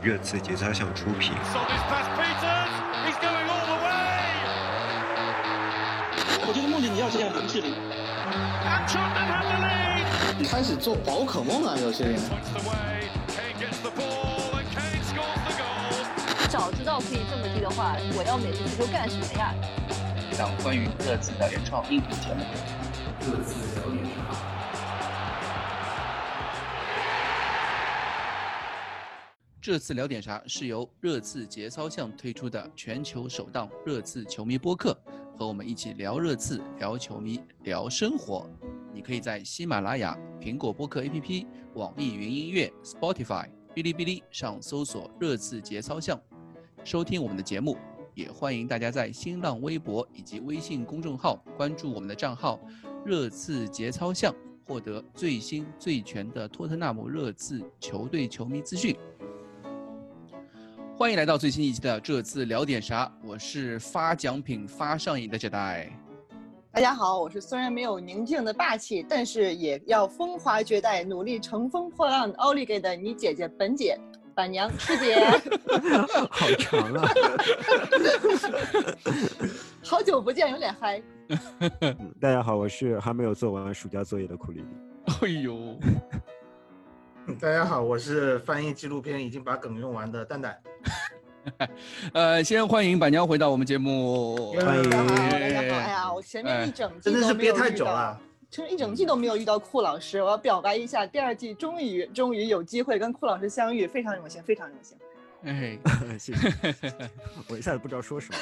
热刺节操项出品。 我觉得梦里你要这样零距离。开始做宝可梦啊，有些人。 早知道可以这么低的话，我要美式足球干什么呀？ 一档关于热刺的原创音频节目。 热刺聊点啥？ 这次聊点啥是由热刺节操项推出的全球首档热刺球迷播客，和我们一起聊热刺、聊球迷、聊生活。你可以在喜马拉雅、苹果播客 APP、网易云音乐、Spotify、哔哩哔哩上搜索热刺节操项收听我们的节目。也欢迎大家在新浪微博以及微信公众号关注我们的账号热刺节操项，获得最新最全的托特纳姆热刺球队球迷资讯。欢迎来到最新一期的这次聊点啥，我是发奖品发上瘾的这代。 大家好，我是虽然没有宁静的霸气，但是也要风华绝代，努力乘风破浪奥利给的你姐姐本姐板娘师姐。 好长啊。 好久不见，有点嗨。 大家好，我是还没有做完暑假作业的库里里。 哎呦。 大家好，我是翻译纪录片已经把梗用完的蛋蛋。 先欢迎板娘回到我们节目。 欢迎。 大家好。哎呀，我前面一整季真的是憋太久了， 真是一整季都没有遇到库老师，我要表白一下，第二季终于有机会跟库老师相遇，非常荣幸，非常荣幸。 哎， 谢谢。我一下子不知道说什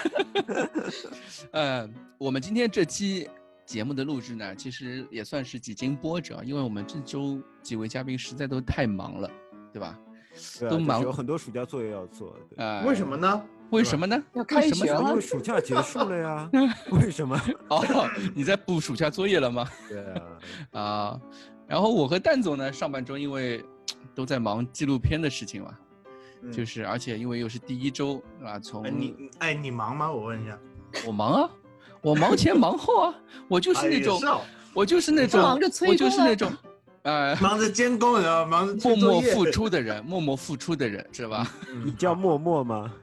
么。我们今天这期节目的录制呢，其实也算是几经波折，因为我们这周几位嘉宾实在都太忙了，对吧？ 对啊， 都忙， 有很多暑假作业要做。 为什么呢？ 为什么呢？ 要开学了， 因为暑假结束了呀。为什么？ 哦，你在补暑假作业了吗？ 对啊。然后我和蛋总呢，上半周因为都在忙纪录片的事情嘛，就是而且因为又是第一周啊，从你忙吗？我问一下。 我忙啊，我忙前忙后啊，我就是那种，我就是那种，忙着监工，然后忙着默默付出的人，默默付出的人，是吧？ 你叫默默吗？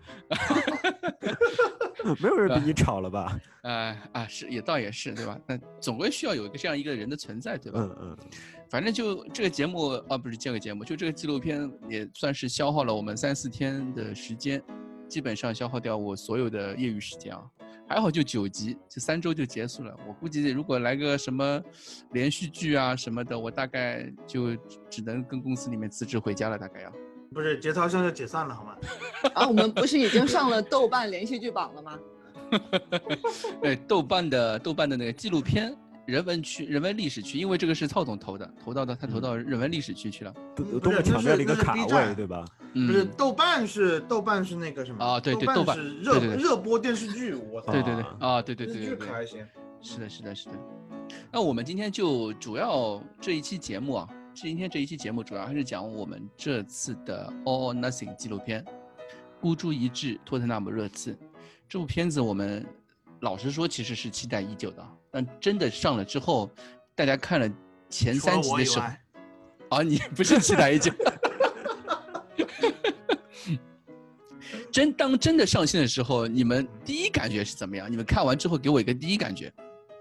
没有人比你吵了吧？ 是，也倒也是，对吧？那总归需要有这样一个人的存在，对吧？反正就这个节目不是这个节目，就这个纪录片也算是消耗了我们3-4天的时间，基本上消耗掉我所有的业余时间啊。还好就9集，就3周就结束了。我估计如果来个什么连续剧啊什么的，我大概就只能跟公司里面辞职回家了，大概要。 不是节操项就解散了好吗？ 我们不是已经上了豆瓣连续剧榜了吗？ 对，豆瓣的那个纪录片人文历史区，因为这个是曹总投的，他投到人文历史区去了， 多么巧妙的一个卡位，对吧？ 不是豆瓣是那个什么啊？对，豆瓣是热播电视剧，我操！ 对对， 电视剧可还行。 是的。那我们今天就主要这一期节目主要还是讲我们这次的 All or Nothing 纪录片，孤注一掷托特纳姆热刺。这部片子我们老实说其实是期待已久的，但真的上了之后，大家看了前3集的时候，你不是期待已久。当真的上线的时候，你们第一感觉是怎么样？你们看完之后给我一个第一感觉。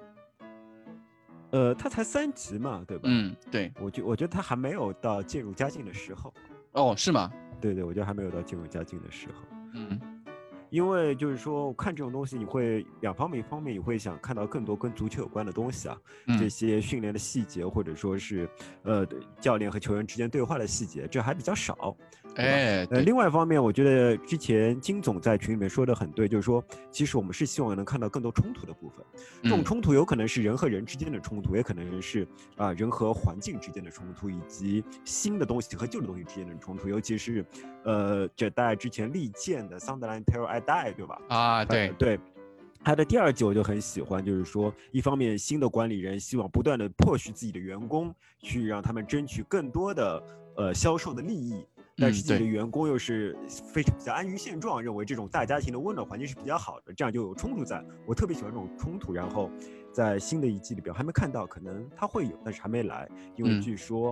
它才3集嘛，对吧？ 对。 我觉得它还没有到渐入佳境的时候。 哦，是吗？ 对，我觉得还没有到渐入佳境的时候。因为就是说看这种东西，你会两方面，一方面你会想看到更多跟足球有关的东西啊，这些训练的细节，或者说是教练和球员之间对话的细节，这还比较少。另外一方面，我觉得之前金总在群里面说的很对，就是说其实我们是希望能看到更多冲突的部分。这种冲突有可能是人和人之间的冲突，也可能是人和环境之间的冲突，以及新的东西和旧的东西之间的冲突，尤其是这代之前力荐的桑德兰 Till I Die， 对吧？对。他的第2集我就很喜欢，就是说一方面新的管理人希望不断的迫使自己的员工去让他们争取更多的销售的利益，但是自己的员工又是非常比较安于现状，认为这种大家庭的温暖环境是比较好的，这样就有冲突在。我特别喜欢这种冲突，然后在新的一季里边还没看到，可能他会有，但是还没来，因为据说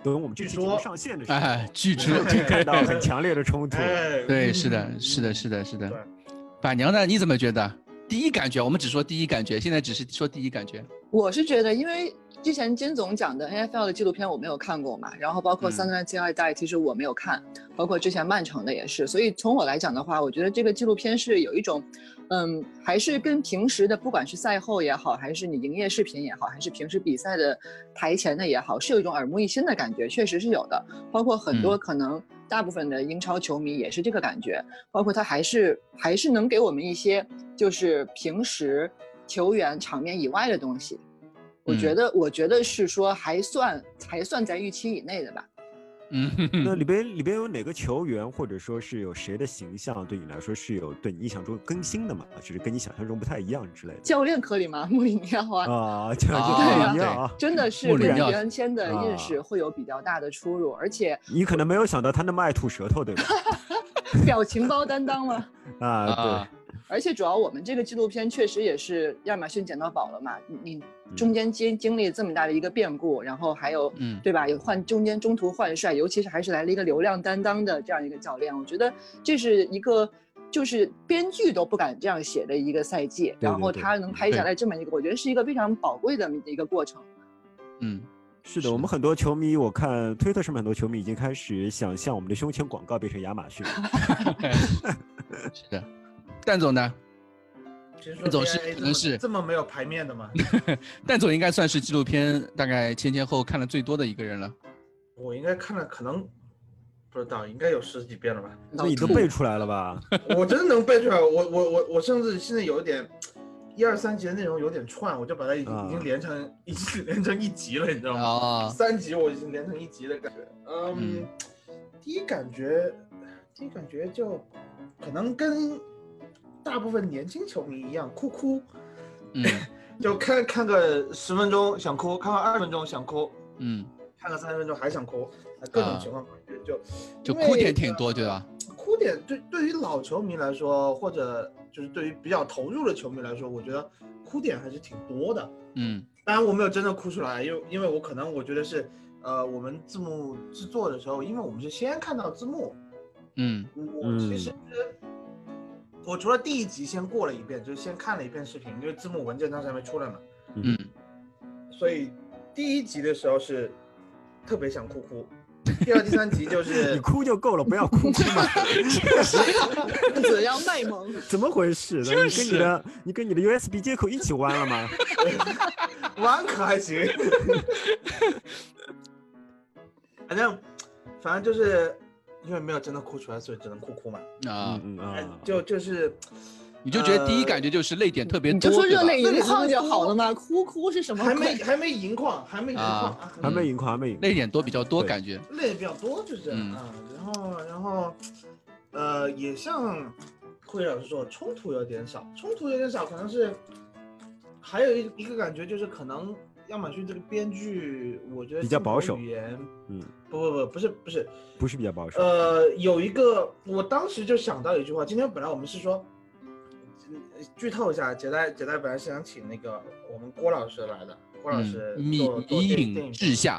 等我们这期节目上线的时候， 据说可以看到很强烈的冲突。 对，是的。板娘呢？你怎么觉得？第一感觉，我们只说第一感觉，现在只是说第一感觉。 我是觉得，因为之前金总讲的 NFL 的纪录片我没有看过嘛，然后包括三段接二代其实我没有看，包括之前曼城的也是，所以从我来讲的话，我觉得这个纪录片是有一种，还是跟平时的不管是赛后也好，还是你营业视频也好，还是平时比赛的台前的也好，是有一种耳目一新的感觉，确实是有的。包括很多可能大部分的英超球迷也是这个感觉，包括他还是能给我们一些就是平时球员场面以外的东西。我觉得是说还算在预期以内的吧。 那里边有哪个球员或者说是有谁的形象对你来说是有对你印象中更新的嘛？就是跟你想象中不太一样之类的。 教练可以吗？穆里尼奥教练一样啊， 真的是跟原先的认识会有比较大的出入，而且你可能没有想到他那么爱吐舌头，对吧？ 表情包担当吗？ 对。 而且主要我们这个纪录片确实也是亚马逊捡到宝了嘛，你中间经历这么大的一个变故，然后还有对吧，有中途换帅，尤其是还是来了一个流量担当的这样一个教练，我觉得这是一个就是编剧都不敢这样写的一个赛季，然后他能拍下来这么一个，我觉得是一个非常宝贵的一个过程。 是的，我们很多球迷，我看推特上面很多球迷已经开始想象我们的胸前广告变成亚马逊。 是的。蛋总呢？ 蛋总是可能是这么没有排面的吗？ 蛋总应该算是纪录片大概前后看了最多的一个人了。 我应该看了，可能不知道，应该有10几遍了吧？ 那你都背出来了吧？ 我真的能背出来，我甚至现在有一点1、2、3集的内容有点串，我就把它已经连成一集了，你知道吗？3集我已经连成一集的感觉。第一感觉就可能跟大部分年轻球迷一样，哭，就看个10分钟想哭，看个20分钟想哭，看个30分钟还想哭，各种情况就哭点挺多，对吧？ 哭点对于老球迷来说，或者就是对于比较投入的球迷来说，我觉得哭点还是挺多的。当然我没有真的哭出来，因为我觉得是我们字幕制作的时候，因为我们是先看到字幕，我其实。我除了第1集先过了一遍，就是先看了一遍视频，因为字幕文件当时还没出来嘛。所以第1集的时候是特别想哭。第2、第3集就是你哭就够了，不要哭嘛。 怎样卖萌？ 怎么回事？你跟你的 USB 接口一起弯了吗？ 弯可还行。反正就是。因为没有真的哭出来，所以只能哭嘛。就是你就觉得第一感觉就是泪点特别多， 你就说热泪盈眶就好了嘛。哭是什么？ 还没盈眶，还没盈眶， 泪点多比较多感觉。 泪点比较多就是然后也像慧老师说，冲突有点少，可能是还有一个感觉就是可能。亚马逊这个编剧，我觉得比较保守。 语言，不是比较保守。 有一个，我当时就想到一句话。今天本来我们是说，剧透一下，姐代本来是想请那个我们郭老师来的，郭老师迷影志下。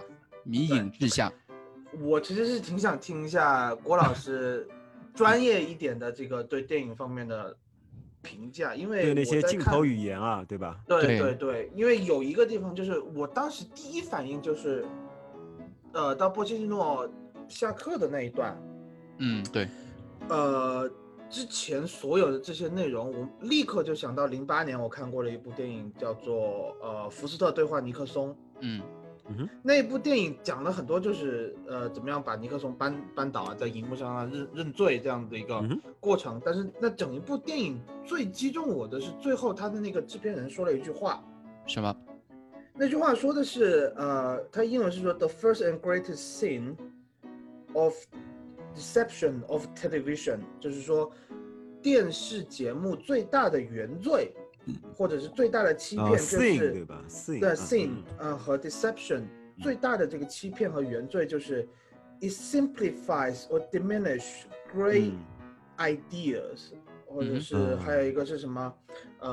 我其实是挺想听一下郭老师专业一点的这个对电影方面的。评价，因为对那些镜头语言啊，对吧？ 对，因为有一个地方就是我当时第一反应就是，到波切蒂诺下课的那一段， 对， 之前所有的这些内容，我立刻就想到08年我看过的一部电影，叫做福斯特对话尼克松，那部电影讲了很多，就是怎么样把尼克松扳倒啊，在荧幕上认罪这样的一个过程。但是那整一部电影最击中我的是最后他的那个制片人说了一句话， 什么？ 那句话说的是他英文是说 The first and greatest sin of deception of television， 就是说电视节目最大的原罪。或者是最大的欺骗就是 sin 对吧 sin 和 deception 最大的这个欺骗和原罪就是 it simplifies or diminish great ideas， 或者是还有一个是什么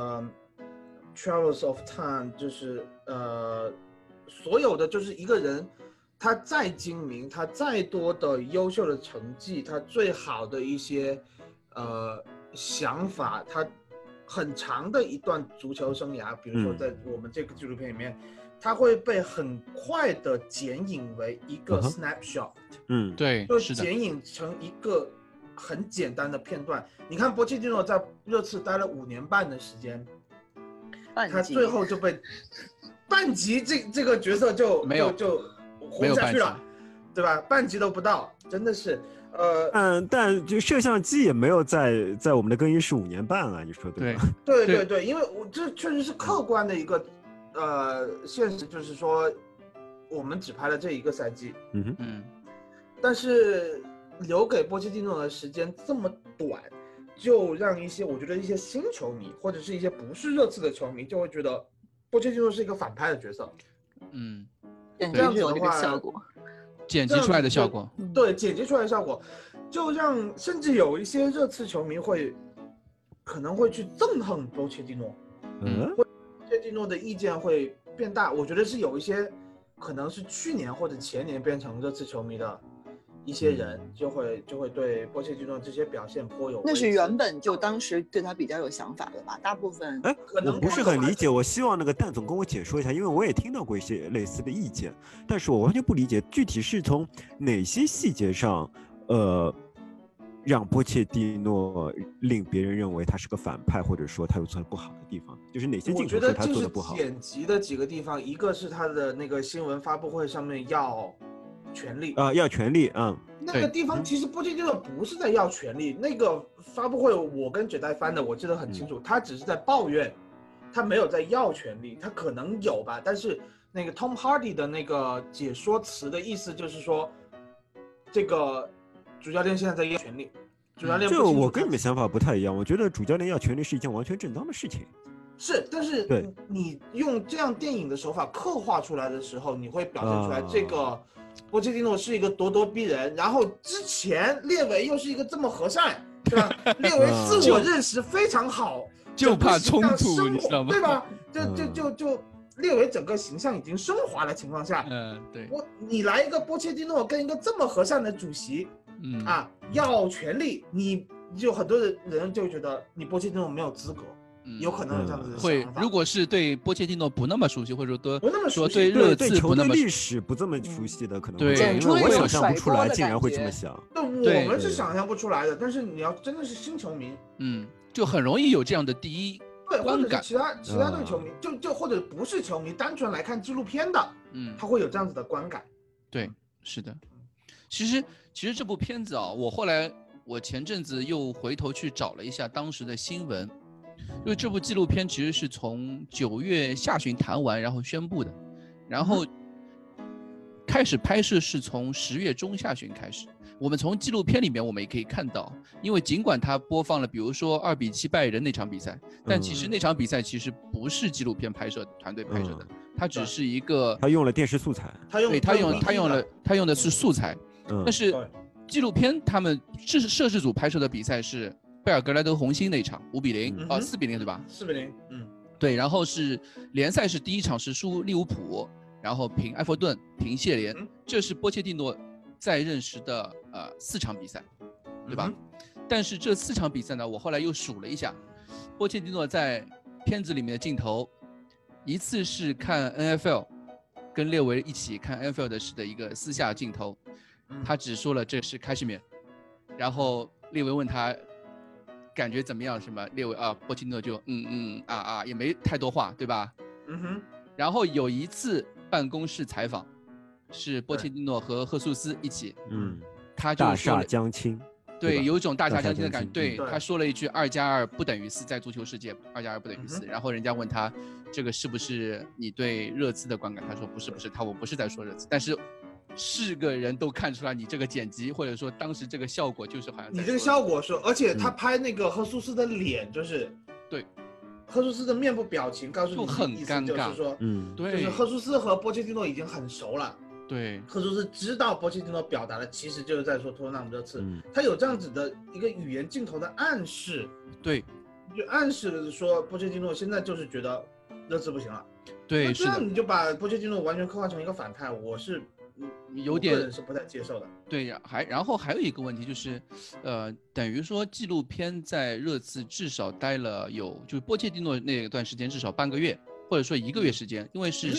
travels of time， 就是所有的就是一个人他再精明，他再多的优秀的成绩，他最好的一些想法，他很长的一段足球生涯，比如说在我们这个纪录片里面，他会被很快的剪影为一个 snapshot， 对， 就剪影成一个很简单的片段。你看波切蒂诺在热刺待了5年半的时间，他最后就被半级这个角色就活不下去了，对吧？半级都不到，真的是。 但就摄像机也没有在我们的更衣室5年半啊，你说对吧？ 对，因为我这确实是客观的一个现实，就是说我们只拍了这一个赛季，但是留给波切蒂诺的时间这么短，就让我觉得一些新球迷或者是一些不是热刺的球迷就会觉得波切蒂诺是一个反派的角色， 这样子的话效果。 剪辑出来的效果， 对，剪辑出来的效果，就让甚至有一些热刺球迷可能会去憎恨波切蒂诺，波切蒂诺的意见会变大。我觉得是有一些可能是去年或者前年变成热刺球迷的一些人，就会对波切蒂诺这些表现颇有。 那是原本就当时对他比较有想法的吧？大部分我不是很理解，我希望那个蛋总跟我解说一下，因为我也听到过一些类似的意见，但是我完全不理解具体是从哪些细节上，让波切蒂诺令别人认为他是个反派，或者说他有做的不好的地方，就是哪些镜头是他做的不好？ 我觉得就是剪辑的几个地方，一个是他的那个新闻发布会上面要权利要权利那个地方其实波切蒂诺不是在要权利，那个发布会我跟绝代翻的我记得很清楚，他只是在抱怨，他没有在要权利，他可能有吧，但是那个 Tom Hardy 的那个解说词的意思就是说，这个主教练现在在要权利，主教练这我跟你们想法不太一样，我觉得主教练要权利是一件完全正当的事情。 是，但是你用这样电影的手法刻画出来的时候，你会表现出来这个波切蒂诺是一个咄咄逼人，然后之前列维又是一个这么和善，对吧？列维自我认识非常好， 就怕冲突，你知道吗？ 对吧？就列维整个形象已经升华的情况下， 对， 你来一个波切蒂诺跟一个这么和善的主席，要权力，你就很多人就觉得你波切蒂诺没有资格。有可能有这样子的想法。 如果是对波切蒂诺不那么熟悉，或者说对热刺不那么历史不这么熟悉的，可能对， 因为我想象不出来，竟然会这么想。 对，我们是想象不出来的。但是你要真的是新球迷， 就很容易有这样的第一观感。 其他队球迷，就或者不是球迷，单纯来看纪录片的，他会有这样子的观感。 对，是的。其实这部片子啊，我前阵子又回头去找了一下当时的新闻。因为这部纪录片其实是从9月下旬谈完，然后宣布的，然后开始拍摄是从10月中下旬开始。我们从纪录片里面我们也可以看到，因为尽管他播放了比如说2比7败人那场比赛，但其实那场比赛其实不是纪录片拍摄团队拍摄的，它只是一个他用了电视素材， 他用的是素材，但是纪录片他们摄制组拍摄的比赛是贝尔格莱德红星那场5-0，4比0对吧 ？4比0， 对，然后是联赛是第一场是输利物浦，然后平埃弗顿，平谢联，这是波切蒂诺在任时的4场比赛，对吧？但是这4场比赛呢，我后来又数了一下，波切蒂诺在片子里面的镜头，一次是看 NFL， 跟列维一起看 NFL 的一个私下镜头，他只说了这是开西缅，然后列维问他感觉怎么样？什么列维波切蒂诺就也没太多话，对吧？然后有一次办公室采访，是波切蒂诺和赫苏斯一起，他就说大厦将倾， 对，有一种大厦将倾的感觉。对，他说了一句2+2不等于4，在足球世界2+2不等于4。然后人家问他这个是不是你对热刺的观感？他说不是，我不是在说热刺，但是个人都看出来你这个剪辑或者说当时这个效果就是好像你这个效果是，而且他拍那个赫苏斯的脸就是对， 赫苏斯的面部表情告诉你很尴尬， 就是说对， 就是赫苏斯和波切蒂诺已经很熟了， 对， 赫苏斯知道波切蒂诺表达的其实就是在说托特纳姆热刺，他有这样子的一个语言镜头的暗示， 对， 就暗示说波切蒂诺现在就是觉得热刺不行了， 对， 这样你就把波切蒂诺完全刻画成一个反派，我是有点我个人是不太接受的。 对，然后还有一个问题就是，等于说纪录片在热刺至少待了就是波切蒂诺那段时间至少半个月，或者说1个月时间，因为是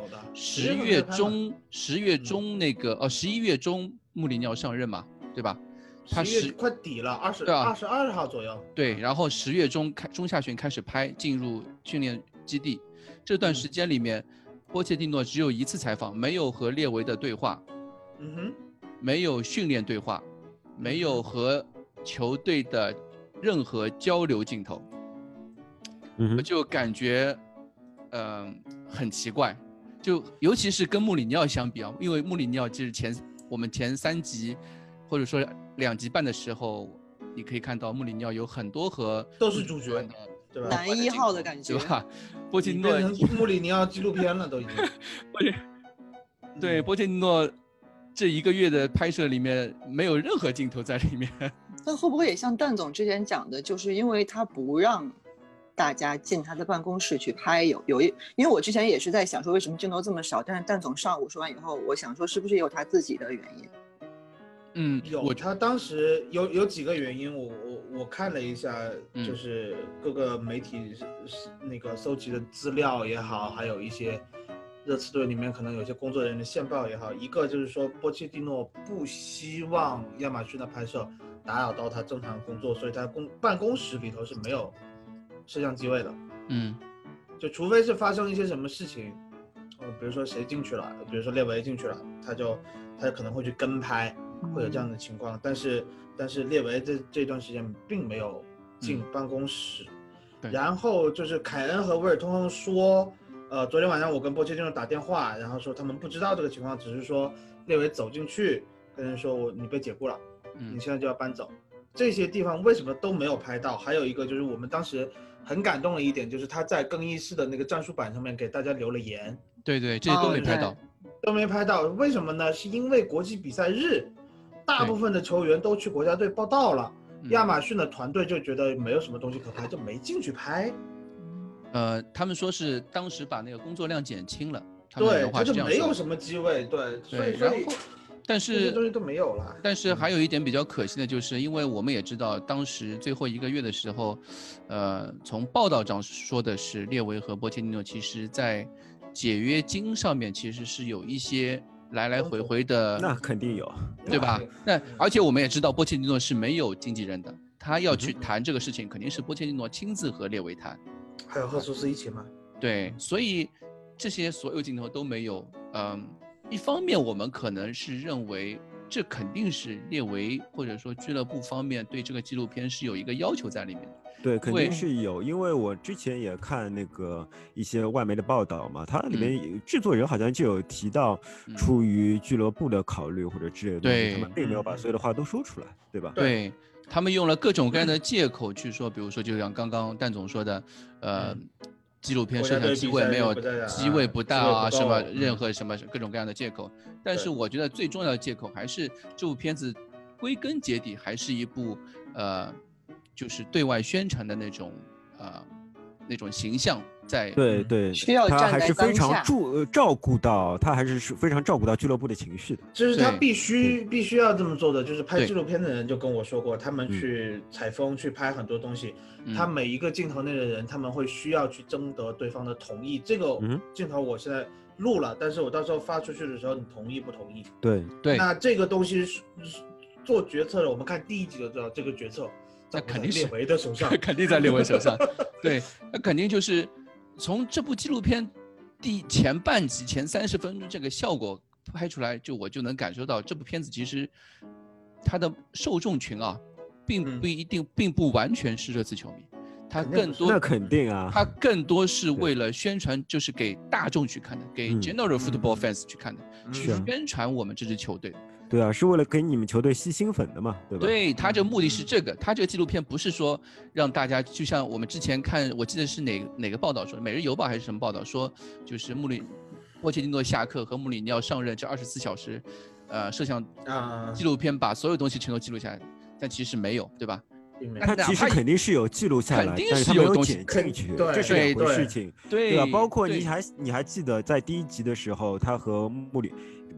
10月中那个11月中穆里尼奥上任嘛，对吧？他 11月快底了，22号左右。 对，然后10月中下旬开始拍，进入训练基地，这段时间里面，波切蒂诺只有1次采访，没有和列维的对话。没有训练对话，没有和球队的任何交流镜头，我就感觉很奇怪，就尤其是跟穆里尼奥相比啊，因为穆里尼奥就是我们前3集或者说2集半的时候，你可以看到穆里尼奥有很多和都是主角的，对吧？ 男1号的感觉， 对吧？波切蒂诺变成穆里尼奥纪录片了，都已经。 对，波切蒂诺这1个月的拍摄里面没有任何镜头在里面。 那会不会也像蛋总之前讲的，就是因为他不让大家进他的办公室去拍，因为我之前也是在想说为什么镜头这么少，但是蛋总上午说完以后，我想说是不是也有他自己的原因？ 有，他当时有几个原因，我看了一下，就是各个媒体那个搜集的资料也好，还有一些热刺队里面可能有些工作人员的线报也好，一个就是说波切蒂诺不希望亚马逊的拍摄打扰到他正常工作，所以他办公室里头是没有摄像机位的。就除非是发生一些什么事情，比如说谁进去了，比如说列维进去了，他可能会去跟拍，会有这样的情况。但是列维这段时间并没有进办公室。然后就是凯恩和威尔通说，昨天晚上我跟波切蒂诺打电话，然后说他们不知道这个情况，只是说列维走进去跟人说你被解雇了，你现在就要搬走。这些地方为什么都没有拍到？还有一个就是我们当时很感动的一点，就是他在更衣室的那个战术板上面给大家留了言。 对，这些都没拍到， 都没拍到。为什么呢？是因为国际比赛日，大部分的球员都去国家队报到了，亚马逊的团队就觉得没有什么东西可拍，就没进去拍。 他们说是当时把那个工作量减轻了， 对，他就没有什么机位，对，所以但是这些东西都没有了。 但是还有一点比较可惜的就是，因为我们也知道，当时最后1个月的时候，从报道上说的是列维和波切蒂诺其实在解约金上面其实是有一些来回的。 那肯定有， 对吧？那而且我们也知道波切蒂诺是没有经纪人的，他要去谈这个事情，肯定是波切蒂诺亲自和列维谈。 还有赫苏斯一起吗？ 对，所以这些所有镜头都没有。一方面我们可能是认为这肯定是列维或者说俱乐部方面对这个纪录片是有一个要求在里面的。 对，肯定是有，因为我之前也看那个一些外媒的报道嘛，它里面制作人好像就有提到，出于俱乐部的考虑或者之类的东西，他们并没有把所有的话都说出来，对吧？ 对，他们用了各种各样的借口去说，比如说就像刚刚蛋总说的，纪录片摄像机位没有，机位不大啊，什么任何什么各种各样的借口。但是我觉得最重要的借口还是这部片子归根结底还是一部就是对外宣传的那种形象在。 对， 需要他还是非常照顾到俱乐部的情绪的。 就是他必须要这么做的。就是拍纪录片的人就跟我说过，他们去采风去拍很多东西，他每一个镜头内的人他们会需要去征得对方的同意。这个镜头我现在录了，但是我到时候发出去的时候你同意不同意？ 对， 那这个东西做决策的，我们看第1集就知道这个决策那肯定是列维的手上， 肯定在列维手上。对，那肯定就是从这部纪录片前半集前30分钟这个效果拍出来，我就能感受到这部片子其实它的受众群啊，并不完全是热刺球迷，它更多那肯定啊， 它更多是为了宣传，就是给大众去看的，给 general football fans 去看的，去宣传我们这支球队。 对啊，是为了给你们球队吸新粉的嘛，对吧？ 对，他这目的是这个，他这个纪录片不是说让大家就像我们之前看，我记得是哪个报道说，《每日邮报》还是什么报道说，就是波切蒂诺下课和穆里尼奥上任这24小时，摄像纪录片把所有东西全都记录下来，但其实没没有，对吧？ 他其实肯定是有记录下来， 肯定是有东西剪进去， 这是两回事情， 对吧？包括你还记得在第1集的时候，他和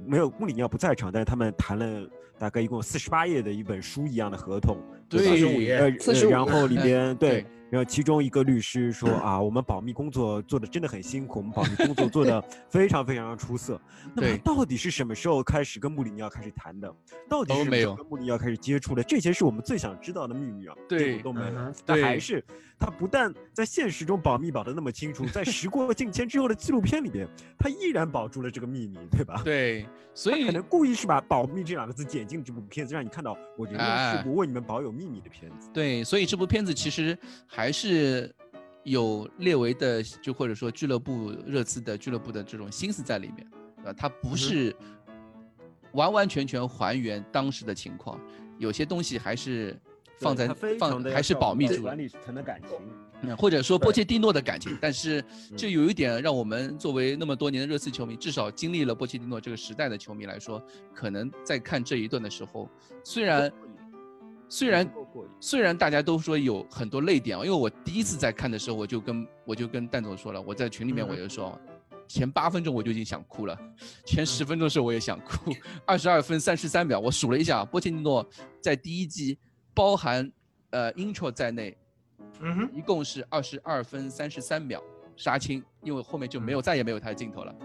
没有穆里尼奥不在场，但是他们谈了大概一共48页的一本书一样的合同， 对 ，45页，45页， 然后里边对。 然后其中一个律师说啊，我们保密工作做的真的很辛苦，我们保密工作做的非常非常出色。那么到底是什么时候开始跟穆里尼奥开始谈的？到底是什么时候跟穆里尼奥开始接触的？这些是我们最想知道的秘密啊。 对， 都没有。但还是他不但在现实中保密保得那么清楚，在时过境迁之后的纪录片里边，他依然保住了这个秘密，对吧？ 对，所以可能故意是把保密这2个字剪进这部片子，让你看到我仍然是不为你们保有秘密的片子。 对，所以这部片子其实还是有列维的，就或者说俱乐部热刺的俱乐部的这种心思在里面，它不是完完全全还原当时的情况，有些东西还是还是保密住了管理层的感情， 或者说波切蒂诺的感情，但是就有一点让我们作为那么多年的热刺球迷，至少经历了波切蒂诺这个时代的球迷来说，可能在看这一段的时候，虽然大家都说有很多泪点，因为我第一次在看的时候，我就跟蛋总说了，我在群里面我就说，前8分钟我就已经想哭了，前10分钟的时候我也想哭，22分33秒，我数了一下，波切蒂诺在第一季包含intro 在内，一共是22分33秒杀青，因为后面就再也没有他的镜头了。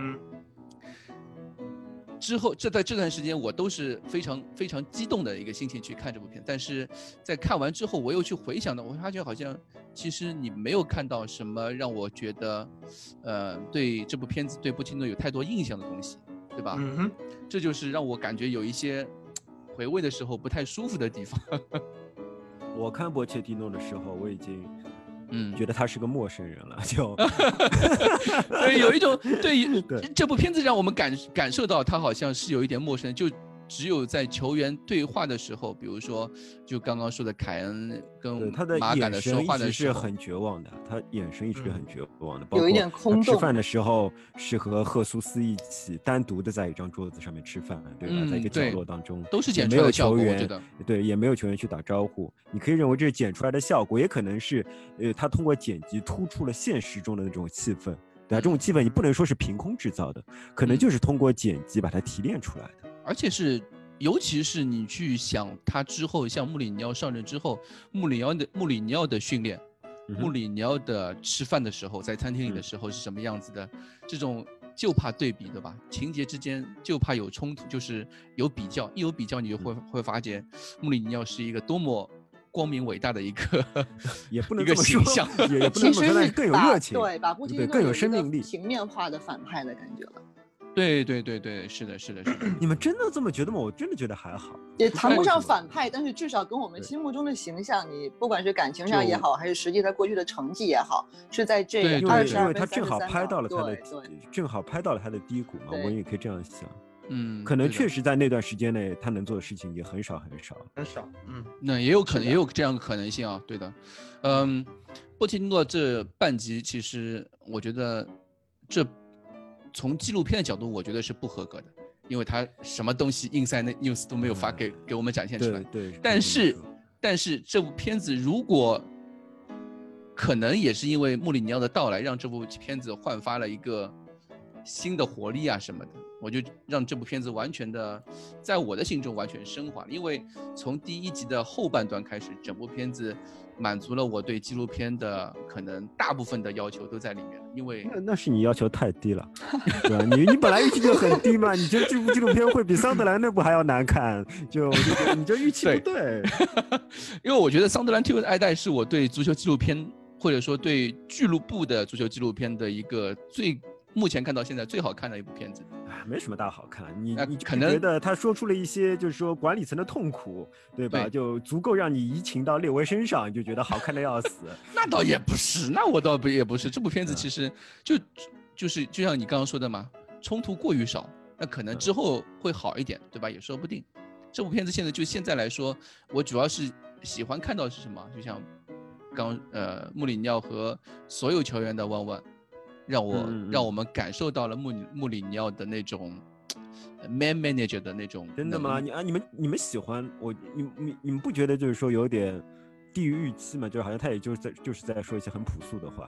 之后在这段时间我都是非常非常激动的一个心情去看这部片，但是在看完之后我又去回想到，我发觉好像其实你没有看到什么让我觉得对这部片子对波切蒂诺有太多印象的东西，对吧？这就是让我感觉有一些回味的时候不太舒服的地方。 我看波切蒂诺的时候我已经觉得他是个陌生人了，就对，有一种对这部片子让我们感受到他好像是有一点陌生，就只有在球员对话的时候，比如说就刚刚说的凯恩跟马杆的说话的时候， 他的眼神一直是很绝望的，他眼神一直很绝望的， 有一点空洞。 吃饭的时候是和赫苏斯一起单独的在一张桌子上面吃饭，对吧？在一个角落当中， 都是剪出来的效果，我觉得对，也没有球员去打招呼。你可以认为这是剪出来的效果，也可能是他通过剪辑突出了现实中的那种气氛，对吧？这种气氛你不能说是凭空制造的，可能就是通过剪辑把它提炼出来的。 而且是，尤其是你去想他之后，像穆里尼奥上任之后，穆里尼奥的训练，穆里尼奥的吃饭的时候，在餐厅里的时候是什么样子的？这种就怕对比，对吧？情节之间就怕有冲突，就是有比较，一有比较，你就会发觉穆里尼奥是一个多么光明伟大的一个也不能一个形象， 也不能这么说，但更有热情， 对，把波切蒂诺更有生命力， 平面化的反派的感觉了。 对，是的。 你们真的这么觉得吗？我真的觉得还好， 也谈不上反派，但是至少跟我们心目中的形象，你不管是感情上也好，还是实际他过去的成绩也好，是在这个 22分33秒，因为他正好拍到了他的低谷嘛，我也可以这样想。可能确实在那段时间内，他能做的事情也很少。 那也有可能，也有这样的可能性啊，对的。波切蒂诺这半集，其实我觉得从纪录片的角度，我觉得是不合格的，因为他什么东西 inside news 都没有发给我们展现出来。 对。 但是这部片子如果可能也是因为穆里尼奥的到来，让这部片子焕发了一个新的活力啊什么的，我就让这部片子完全的在我的心中完全升华了。因为从第一集的后半段开始，整部片子满足了我对纪录片的可能大部分的要求都在里面了。因为那是你要求太低了，对吧？你本来预期就很低嘛，你觉得这部纪录片会比桑德兰那部还要难看，你这预期不对。 因为我觉得桑德兰替我的爱戴是我对足球纪录片或者说对俱乐部的足球纪录片的一个目前看到现在最好看的一部片子。 没什么大好看，你可能觉得他说出了一些就是说管理层的痛苦，对吧？就足够让你移情到列维身上，你就觉得好看的要死。 那倒也不是，那我倒也不是。这部片子其实就像你刚刚说的嘛，冲突过于少，那可能之后会好一点，对吧？也说不定。这部片子现在来说，我主要是喜欢看到的是什么？就像穆里尼奥和所有球员的汪汪。让我们感受到了穆里尼奥的那种 man manager 的那种。 真的吗？你们喜欢我？你们不觉得就是说有点低于预期吗？就好像他也就是在说一些很朴素的话。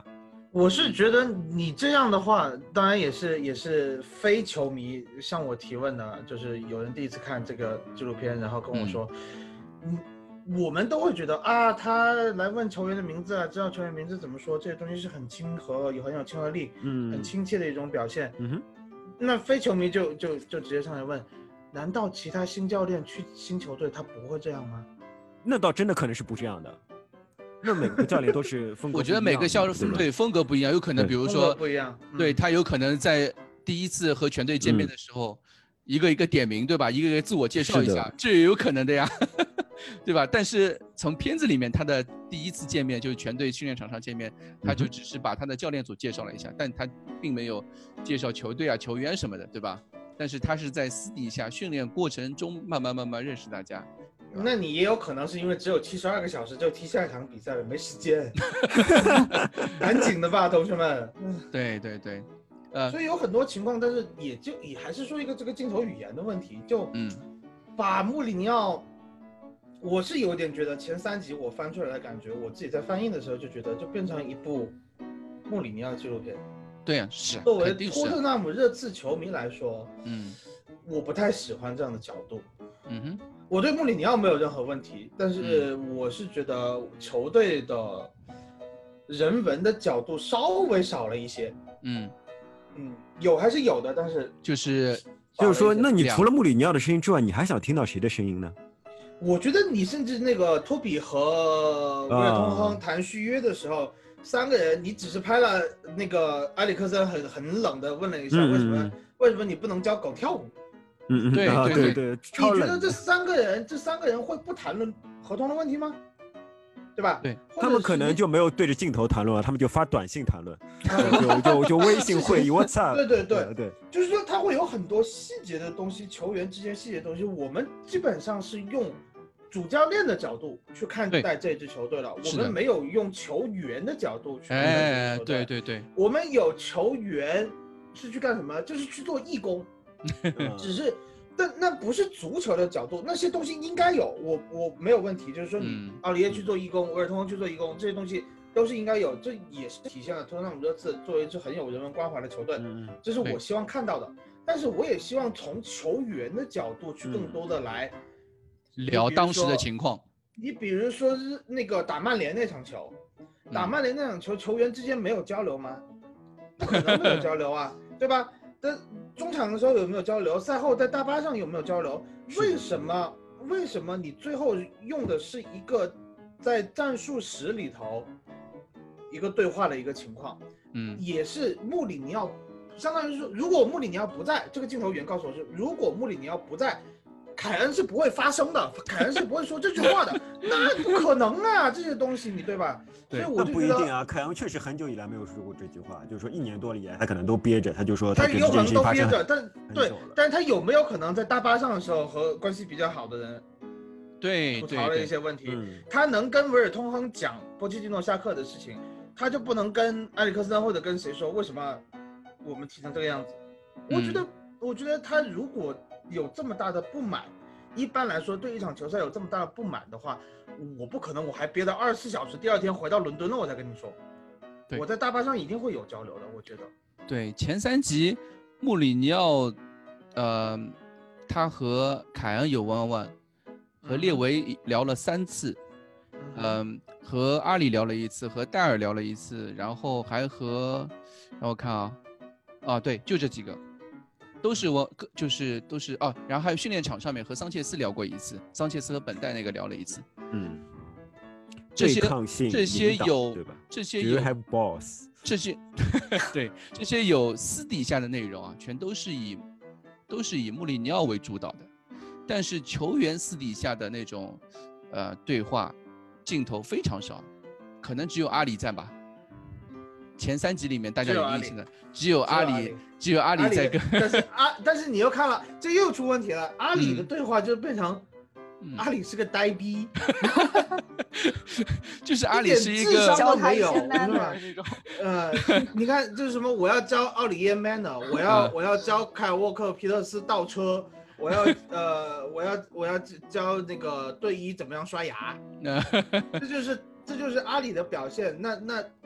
我是觉得你这样的话，当然也是非球迷向我提问的，就是有人第一次看这个纪录片，然后跟我说，我们都会觉得啊，他来问球员的名字啊，知道球员名字怎么说，这些东西是很亲和，很有亲和力，很亲切的一种表现。那非球迷就直接上来问，难道其他新教练去新球队他不会这样吗？ 那倒真的可能是不这样的。那每个教练都是风格不一样， 我觉得每个教练对风格不一样，有可能比如说不一样， 对他有可能在第一次和全队见面的时候，一个一个点名，对吧？一个一个自我介绍一下，这也有可能的呀，对吧？但是从片子里面，他的第一次见面就是全队训练场上见面，他就只是把他的教练组介绍了一下，但他并没有介绍球队啊、球员什么的，对吧？但是他是在私底下训练过程中慢慢认识大家。 那你也有可能是因为只有72个小时就踢下一场比赛了，没时间，赶紧的吧，同学们。 对， 所以有很多情况，但是也还是说一个这个镜头语言的问题，就把穆里尼奥，我是有点觉得前3集我翻出来的感觉，我自己在翻译的时候就觉得就变成一部穆里尼奥纪录片。 对呀，是。 作为托特纳姆热刺球迷来说，我不太喜欢这样的角度。我对穆里尼奥没有任何问题，但是我是觉得球队的人文的角度稍微少了一些。有还是有的，但是就是说，那你除了穆里尼奥的声音之外，你还想听到谁的声音呢？ 我觉得你甚至那个托比和维尔通亨谈续约的时候，3个人你只是拍了那个埃里克森很冷的问了一下，为什么你不能教狗跳舞？ 对， 你觉得这三个人会不谈论合同的问题吗？对吧？ 对， 他们可能就没有对着镜头谈论了，他们就发短信谈论，就微信会议。我操！对， 就是说他会有很多细节的东西，球员之间细节的东西，我们基本上是用主教练的角度去看待这支球队了，我们没有用球员的角度去看待这支球队。对，我们有球员是去干什么？就是去做义工。只是，但那不是足球的角度，那些东西应该有，我没有问题。就是说，你奥里耶去做义工，维尔通亨去做义工，这些东西都是应该有，这也是体现了托特纳姆热刺作为一支很有人文关怀的球队，这是我希望看到的。但是我也希望从球员的角度去更多的来聊当时的情况。 你比如说那个打曼联那场球，球员之间没有交流吗？不可能没有交流啊，对吧？但中场的时候有没有交流？赛后在大巴上有没有交流？为什么你最后用的是一个在战术室里头一个对话的一个情况？也是穆里尼奥，相当于说，如果穆里尼奥不在，这个镜头语言告诉我是，如果穆里尼奥不在，凯恩是不会发声的，凯恩是不会说这句话的，那不可能啊，这些东西你对吧？ 对，所以我就不一定啊。凯恩确实很久以来没有说过这句话，就是说1年多了以来，他可能都憋着，他就说他有可能都憋着，但是他有没有可能在大巴上的时候和关系比较好的人，吐槽了一些问题，他能跟维尔通亨讲波切蒂诺下课的事情，他就不能跟埃里克森或者跟谁说为什么我们踢成这个样子？我觉得他如果有这么大的不满，一般来说对一场球赛有这么大的不满的话，我不可能我还憋到24小时，第2天回到伦敦了我再跟你说。我在大巴上一定会有交流的，我觉得。 对，前3集穆里尼奥，他和凯恩有1-1，和列维聊了3次，和阿里聊了1次，和戴尔聊了1次，然后还和，让我看对，就这几个。都是然后还有训练场上面和桑切斯聊过1次，桑切斯和本代那个聊了1次。这些有这些有 have boss 这些对这些有私底下的内容啊，全都是以穆里尼奥为主导的，但是球员私底下的那种对话镜头非常少，可能只有阿里在吧。前3集里面大家有印象的只有阿里在跟， 但是你又看了，这又出问题了。阿里的对话就变成阿里是个呆逼， 就是阿里是一个智商都没有，是吧？你看就是什么，我要教奥里耶 manner， 我要教凯沃克皮特斯倒车，我要教那个队医怎么样刷牙，这就是阿里的表现。那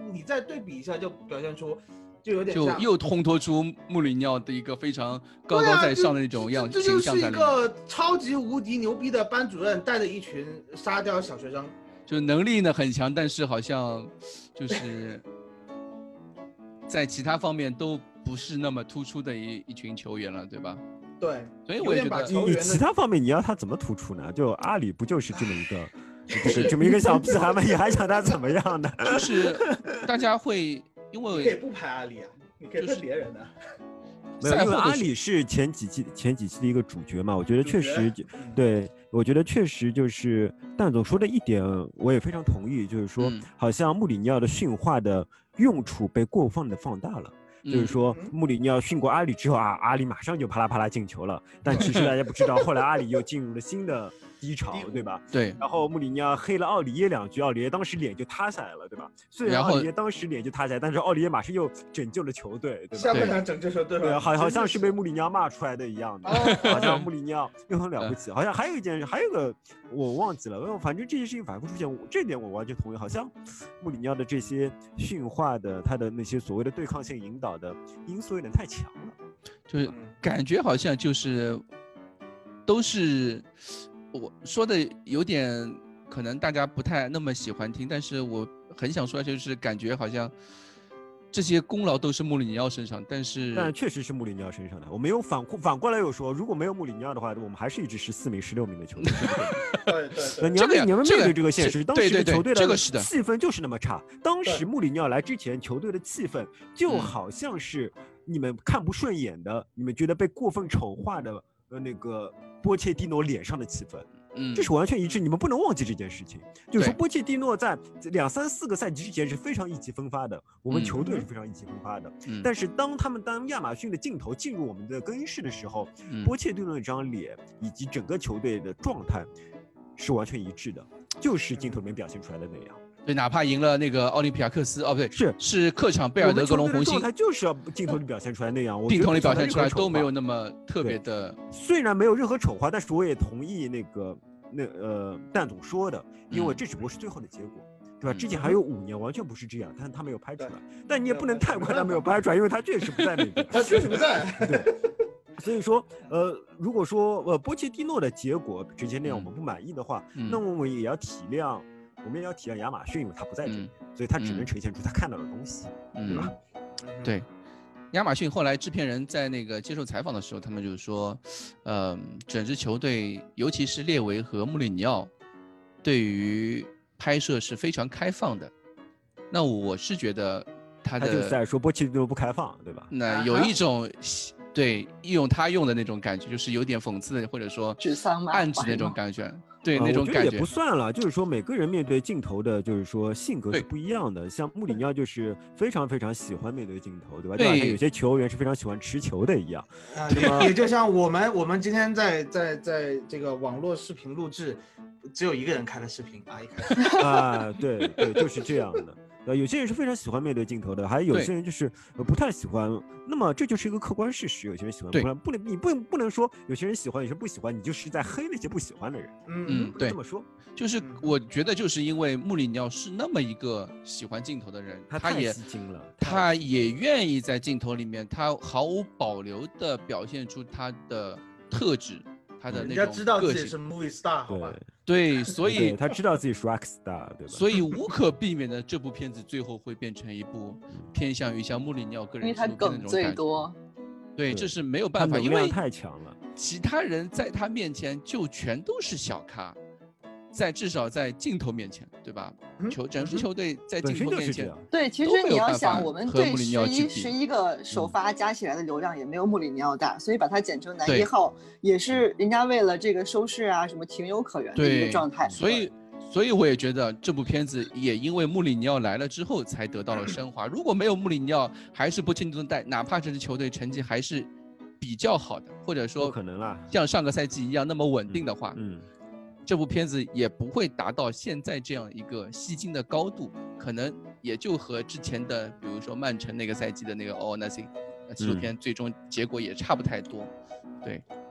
你再对比一下，就表现出就有点像， 就又烘托出穆里尼奥的一个非常高高在上的那种样这就是一形象在里面。 个超级无敌牛逼的班主任带着一群沙雕小学生， 就能力呢很强，但是好像就是在其他方面都不是那么突出的一群球员了，对吧？ 对， 所以我也觉得你其他方面你要他怎么突出呢？就阿里不就是这么一个，就是这么一个小屁孩吗？你还想他怎么样呢？ 就是大家会因为你可以不排阿里啊，你可以喷别人的。 没有，因为阿里是前几期的一个主角嘛，我觉得确实，对，我觉得确实就是蛋总说的一点，我也非常同意，就是说，好像穆里尼奥的驯化的用处被过分的放大了。就是说，穆里尼奥训过阿里之后啊，阿里马上就啪啦啪啦进球了。但其实大家不知道，后来阿里又进入了新的低潮，对吧？ 对。 然后穆里尼奥黑了奥里耶2句，奥里耶当时脸就塌下来了，对吧？虽然奥里耶当时脸就塌下来，但是奥里耶马上又拯救了球队，对吧？ 下半场拯救球队， 对，好像是被穆里尼奥骂出来的一样的，好像穆里尼奥又很了不起。好像还有一件事，还有个我忘记了，反正这些事情反复出现，这点我完全同意。好像穆里尼奥的这些驯化的，他的那些所谓的对抗性引导的因素有点太强了， 就是感觉好像就是都是我说的有点可能大家不太那么喜欢听，但是我很想说就是感觉好像这些功劳都是穆里尼奥身上，但确实是穆里尼奥身上的。我们又反过来又说，如果没有穆里尼奥的话，我们还是一支14名、16名的球队。 对， 你们面对这个现实，当时的球队的气氛就是那么差。当时穆里尼奥来之前，球队的气氛就好像是你们看不顺眼的，你们觉得被过分丑化的那个波切蒂诺脸上的气氛。这是完全一致，你们不能忘记这件事情。就是说，波切蒂诺在2、3、4个赛季之前是非常意气风发的，我们球队是非常意气风发的。但是当亚马逊的镜头进入我们的更衣室的时候，波切蒂诺那张脸以及整个球队的状态是完全一致的，就是镜头里面表现出来的那样。 对，哪怕赢了那个奥林匹亚克斯，不对，是客场贝尔德格隆红星， 他就是要镜头里表现出来那样， 镜头里表现出来都没有那么特别的。 虽然没有任何丑化，但是我也同意蛋总说的，因为这只不过是最后的结果，对吧？之前还有5年完全不是这样，但他没有拍出来。但你也不能太怪他没有拍出来，因为他确实不在那边， 他确实不在。 对。所以说，如果说波切蒂诺的结果之前那样我们不满意的话，那我们也要体谅。我们也要体谅亚马逊，因为他不在这里，所以他只能呈现出他看到的东西，对吧？ 对，亚马逊后来制片人在那个接受采访的时候，他们就是说，整支球队，尤其是列维和穆里尼奥，对于拍摄是非常开放的。那我是觉得他就是在说波切蒂诺不开放，对吧？ 那有一种对用他用的那种感觉，就是有点讽刺或者说暗指那种感觉。对，那种感觉也不算了，就是说每个人面对镜头的，就是说性格是不一样的。像穆里尼奥就是非常非常喜欢面对镜头，对吧？就好像有些球员是非常喜欢持球的一样。 也就像我们今天在这个网络视频录制，只有一个人开了视频啊，一开始对，就是这样的。有些人是非常喜欢面对镜头的，还有些人就是不太喜欢。那么这就是一个客观事实，有些人喜欢，你不能说有些人喜欢，有些人不喜欢，你就是在黑那些不喜欢的人。 对， 这么说， 就是我觉得就是因为穆里尼奥是那么一个喜欢镜头的人， 他太吸睛了， 他也愿意在镜头里面，他毫无保留地表现出他的特质。他的那种个性，人家知道自己是 movie star， 好吧？ 对，所以他知道自己是 rock star， 对吧？ 所以无可避免的，这部片子最后会变成一部偏向于像穆里尼奥个人， 因为他梗最多。 对，这是没有办法，因为太强了。 其他人在他面前就全都是小咖，至少在镜头面前，对吧？整支球队在镜头面前， 对，其实你要想，我们队11个首发加起来的流量也没有穆里尼奥大，所以把他剪成男1号也是人家为了这个收视啊什么情有可原的一个状态。 所以我也觉得这部片子也因为穆里尼奥来了之后才得到了升华。如果没有穆里尼奥，还是波切蒂诺带，哪怕这支球队成绩还是比较好的，或者说可能啦， 像上个赛季一样那么稳定的话，这部片子也不会达到现在这样一个吸睛的高度，可能也就和之前的，比如说曼城那个赛季的那个 All or Nothing 纪录片最终结果也差不太多。对，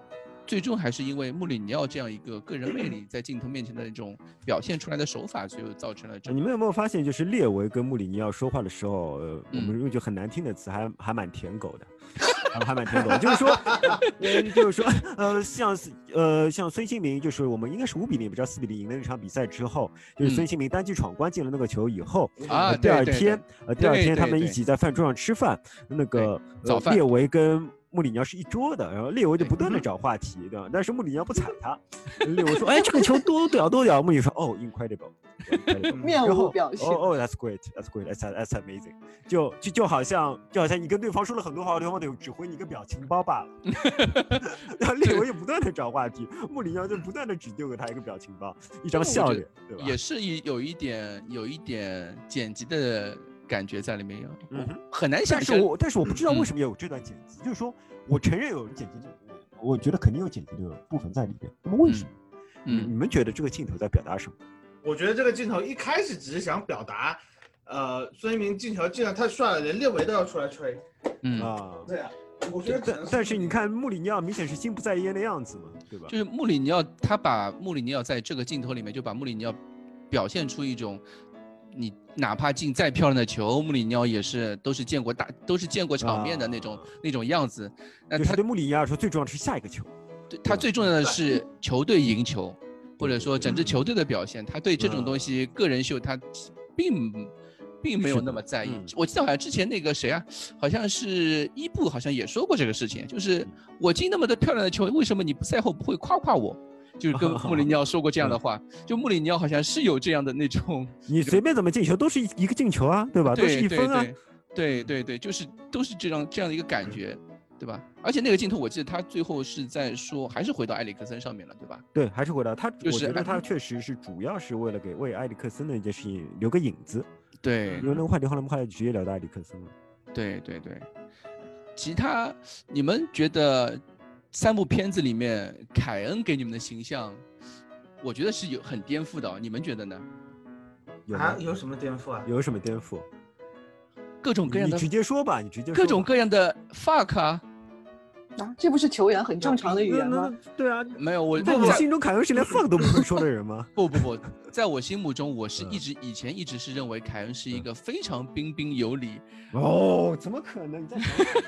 最终还是因为穆里尼奥这样一个个人魅力在镜头面前的那种表现出来的手法，最后造成了这。 你们有没有发现，就是列维跟穆里尼奥说话的时候，我们用句很难听的词，还蛮舔狗的。还蛮听懂，就是说，像孙兴民，就是我们应该是5-0，不知道4-0赢的那场比赛之后，就是孙兴民单击闯关进了那个球以后，第二天他们一起在饭桌上吃饭，那个列维跟穆里尼奥是一桌的，然后列维就不断的找话题，对吧？但是穆里尼奥不睬他，列维说：“哎，这个球多屌。”穆里尼奥说：“哦 ，incredible。” 面无表情。 哦 ，that's great，that's amazing。就好像你跟对方说了很多话，对方得只回你一个表情包罢了。然后列维也不断的找话题，穆里尼奥就不断的只丢给他一个表情包，一张笑脸，对吧？ 也是有一点剪辑的感觉在里面，很难想象。 但是我不知道为什么有这段剪辑，就是说我承认有剪辑，我觉得肯定有剪辑的部分在里面。那么为什么？你们觉得这个镜头在表达什么？ 我觉得这个镜头一开始只是想表达，孙兴民进球进得太帅了，连列维都要出来吹。对啊，我觉得。 但是你看穆里尼奥明显是心不在焉的样子嘛，对吧？ 就是穆里尼奥，他把穆里尼奥在这个镜头里面就把穆里尼奥表现出一种，你哪怕进再漂亮的球，穆里尼奥也是都是见过场面的那种样子。 他对穆里尼奥说，最重要的是下一个球。 对，他最重要的是球队赢球。或者说整支球队的表现，他对这种东西个人秀他并没有那么在意。我记得好像之前那个谁啊，好像是伊布好像也说过这个事情，就是我进那么多漂亮的球，为什么你赛后不会夸夸我？就是跟穆里尼奥说过这样的话。就穆里尼奥好像是有这样的那种， 你随便怎么进球都是一个进球啊，对吧？都是1分啊。 对，就是都是这样的一个感觉。对吧？而且那个镜头，我记得他最后是在说，还是回到埃里克森上面了，对吧？ 对，还是回到他。我觉得他确实是主要是为了为埃里克森的一件事情留个影子。 对， 因为那个话题后来直接聊到埃里克森了。 对。其他你们觉得3部片子里面凯恩给你们的形象，我觉得是很颠覆的，你们觉得呢？ 有什么颠覆啊？ 有什么颠覆？ 各种各样的， 你直接说吧， 各种各样的 fuck 啊！ 这不是球员很正常的语言吗？ 对啊， 没有我在你心中，凯恩是连 fuck 都不会说的人吗？ 不，在我心目中，我是以前一直是认为凯恩是一个非常彬彬有礼。 哦，怎么可能？你在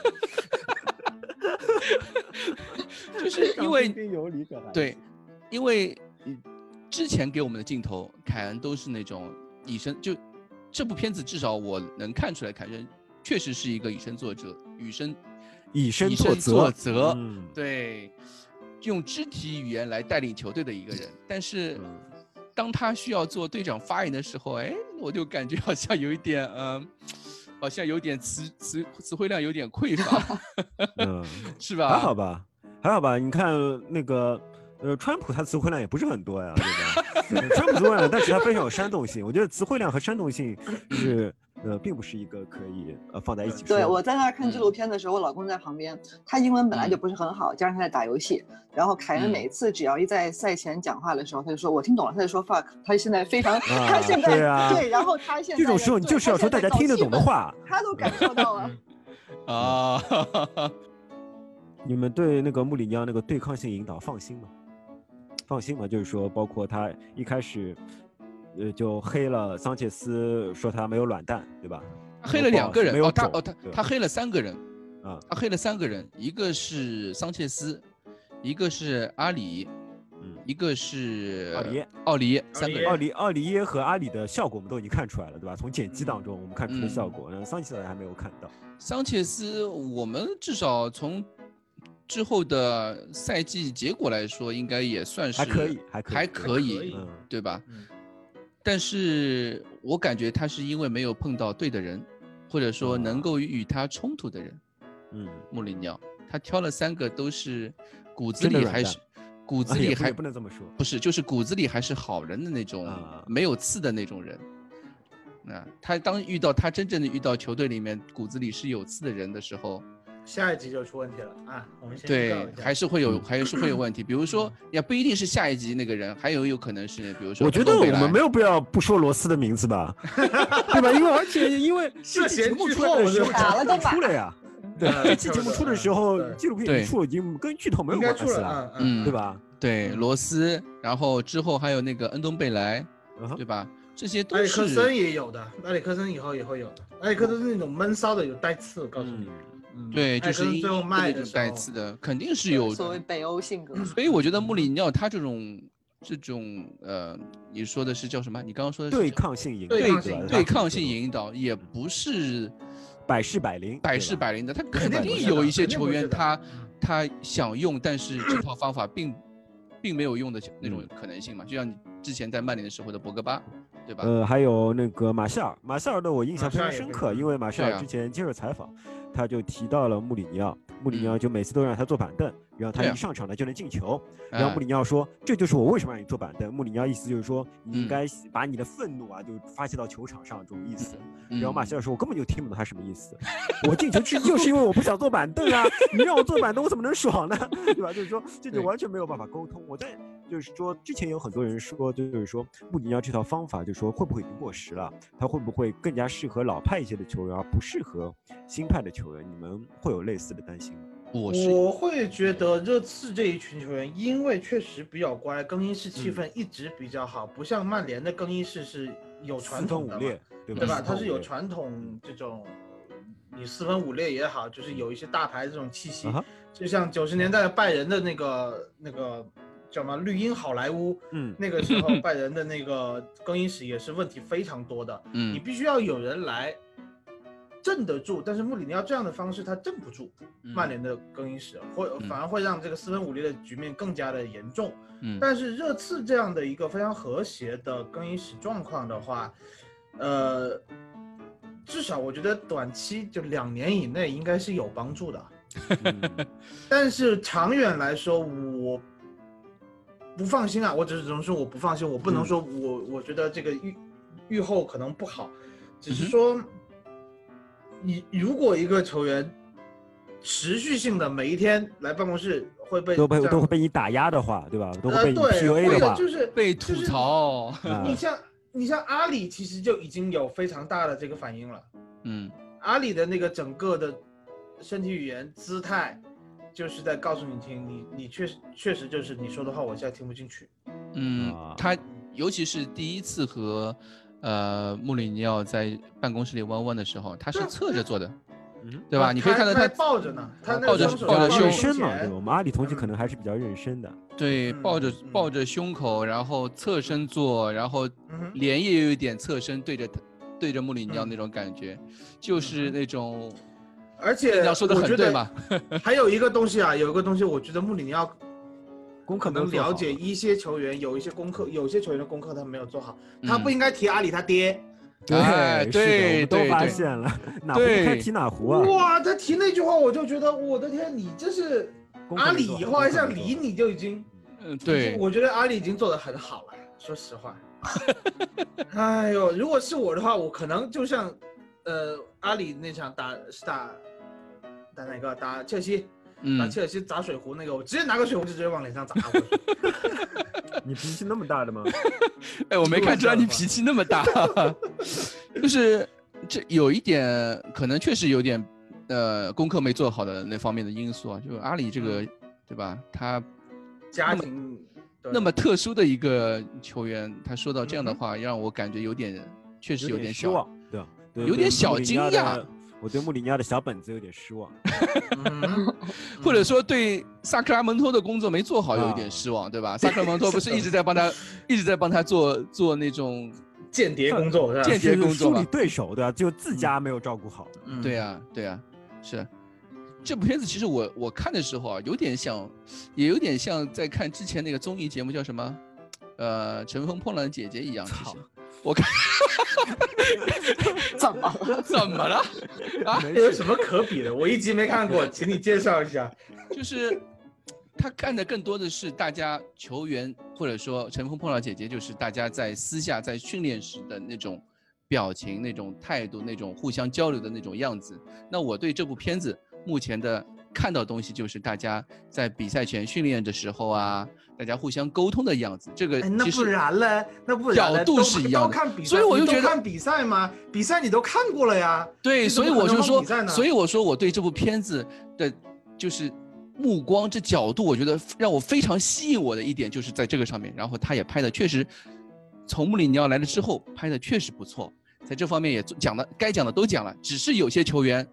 就是因为彬彬有礼， 对，因为之前给我们的镜头，凯恩都是那种以身就。这部片子至少我能看出来，凯恩确实是一个以身作则，以身作则，对，用肢体语言来带领球队的一个人。但是，当他需要做队长发言的时候，我就感觉好像有一点，好像有点词汇量有点匮乏，是吧？ 还好吧，你看那个。川普他词汇量也不是很多呀，对吧？川普词汇量，但是他非常有煽动性。我觉得词汇量和煽动性是并不是一个可以放在一起说的。 对，我在那儿看纪录片的时候，我老公在旁边，他英文本来就不是很好，加上他在打游戏，然后凯恩每次只要一在赛前讲话的时候，他就说我听懂了，他就说 fuck， 他现在非常，他现在对，然后他现在这种时候你就是要说大家听得懂的话， 他都感受到了。 你们对那个穆里尼奥那个对抗性引导放心吗？放心嘛，就是说，包括他一开始，就黑了桑切斯，说他没有卵蛋，对吧？ 黑了2个人，他黑了3个人， 他黑了3个人，一个是桑切斯，一个是阿里，一个是奥里耶，3个人。 奥里耶和阿里的效果我们都已经看出来了，对吧？从剪辑当中我们看出的效果，桑切斯还没有看到。 桑切斯，我们至少从之后的赛季结果来说，应该也算是还可以，对吧？但是我感觉他是因为没有碰到对的人，或者说能够与他冲突的人。穆里尼奥他挑了3个都是骨子里还是也不能这么说， 不是，就是骨子里还是好人的那种，没有刺的那种人。他当真正的遇到球队里面骨子里是有刺的人的时候。 下一集就出问题了啊！我们先对，还是会有问题。比如说，也不一定是下一集那个人，还有可能是，比如说， 我觉得我们没有必要不说罗斯的名字吧，对吧？因为是节目出来的时候打了都出了呀。 这期节目出的时候，纪录片已经出了，已经跟剧透没有关系了，对吧？ 对，罗斯，然后之后还有那个恩东贝莱，对吧？这些都是。 埃里克森也有的，埃里克森以后也会有的。埃里克森是那种闷骚的，有带刺，我告诉你。 对，就是最后卖的带刺的，肯定是有所谓北欧性格。 所以我觉得穆里尼奥他这种你说的是叫什么？你刚刚说的是对抗性引导， 对抗性引导也不是百试百灵的，他肯定有一些球员他想用，但是这套方法并没有用的那种可能性嘛，就像你之前在曼联的时候的博格巴，对吧？ 还有那个马夏尔的我印象非常深刻，因为马夏尔之前接受采访，他就提到了穆里尼奥就每次都让他坐板凳，然后他一上场呢就能进球，然后穆里尼奥说这就是我为什么让你坐板凳。穆里尼奥意思就是说你应该把你的愤怒啊就发泄到球场上这种意思。然后马夏尔说我根本就听不懂他什么意思，我进球就是因为我不想坐板凳啊，你让我坐板凳我怎么能爽呢？对吧？就是说这就完全没有办法沟通。我在就是说之前有很多人说就是说穆里尼奥这套方法就是说会不会已经过时了，他会不会更加适合老派一些的球员而不适合新派的球员，你们会有类似的担心吗？ 我会觉得热刺这一群球员因为确实比较乖，更衣室气氛一直比较好，不像曼联的更衣室是有传统的嘛，对吧？它是有传统这种，你四分五裂也好，就是有一些大牌这种气息，就像90年代拜仁的那个叫什么绿茵好莱坞，那个时候拜仁的那个更衣室也是问题非常多的，你必须要有人来镇得住，但是穆里尼奥这样的方式他镇不住曼联的更衣室，反而会让这个四分五裂的局面更加的严重。但是热刺这样的一个非常和谐的更衣室状况的话，至少我觉得短期就2年以内应该是有帮助的。但是长远来说，我不放心啊，我只能说我不放心，我不能说我觉得这个预后可能不好，只是说。你如果一个球员持续性的每一天来办公室都会被你打压的话，对吧？都会被你 PUA 的话， 就是被吐槽。 你像阿里其实就已经有非常大的这个反应了。阿里的那个整个的身体语言姿态，就是在告诉你听，你确实就是你说的话，我现在听不进去。 他尤其是第一次和。穆里尼奥在办公室里弯弯的时候，他是侧着坐的，对吧？你可以看到他抱着呢，他抱着认身嘛，对吧？我们阿里同学可能还是比较认身的。 对，抱着胸口，然后侧身坐，然后脸也有一点侧身对着穆里尼奥那种感觉，就是那种。 而且你要说的很对嘛。 还有一个东西，我觉得穆里尼奥。可能了解一些球员有一些功课，有些球员的功课他没有做好，他不应该提阿里他爹。 对，都发现了，哪壶不开提哪壶啊！ 哇，他提那句话我就觉得我的天，你这是阿里以后还像里你就已经， 对， 我觉得阿里已经做得很好了，说实话。哎呦，如果是我的话，我可能就像阿里那场打哪个打切尔西。把切尔西砸水壶那个，我直接拿个水壶就直接往脸上砸过去。 你脾气那么大的吗？ 我没看出来你脾气那么大。就是这有一点可能确实有点功课没做好的那方面的因素啊，就是阿里这个对吧？他家庭那么特殊的一个球员，他说到这样的话，让我感觉确实有点失望，对， 有点小惊讶。 我对穆里尼奥的小本子有点失望， 或者说对萨克拉门托的工作没做好有一点失望，对吧？萨克拉门托不是一直在帮他做那种间谍工作， 梳理对手，对吧？就自家没有照顾好。 对呀，是。这部片子其实我看的时候啊，也有点像在看之前那个综艺节目叫什么，乘风破浪的姐姐一样。其实我看。怎么了？ 啊，有什么可比的？我一集没看过，请你介绍一下。 就是他看的更多的是大家球员，或者说乘风破浪姐姐，就是大家在私下在训练时的那种表情、那种态度、那种互相交流的那种样子。那我对这部片子目前的看到的东西就是大家在比赛前训练的时候啊，大家互相沟通的样子。这个那不然嘞？ 角度是一样的。 都看比赛， 所以我就觉得看比赛吗？比赛你都看过了呀。 对，所以我就说，我对这部片子的，就是目光这角度，我觉得让我非常吸引我的一点就是在这个上面。然后他也拍的确实，从穆里尼奥来了之后拍的确实不错，在这方面也讲的该讲的都讲了，只是有些球员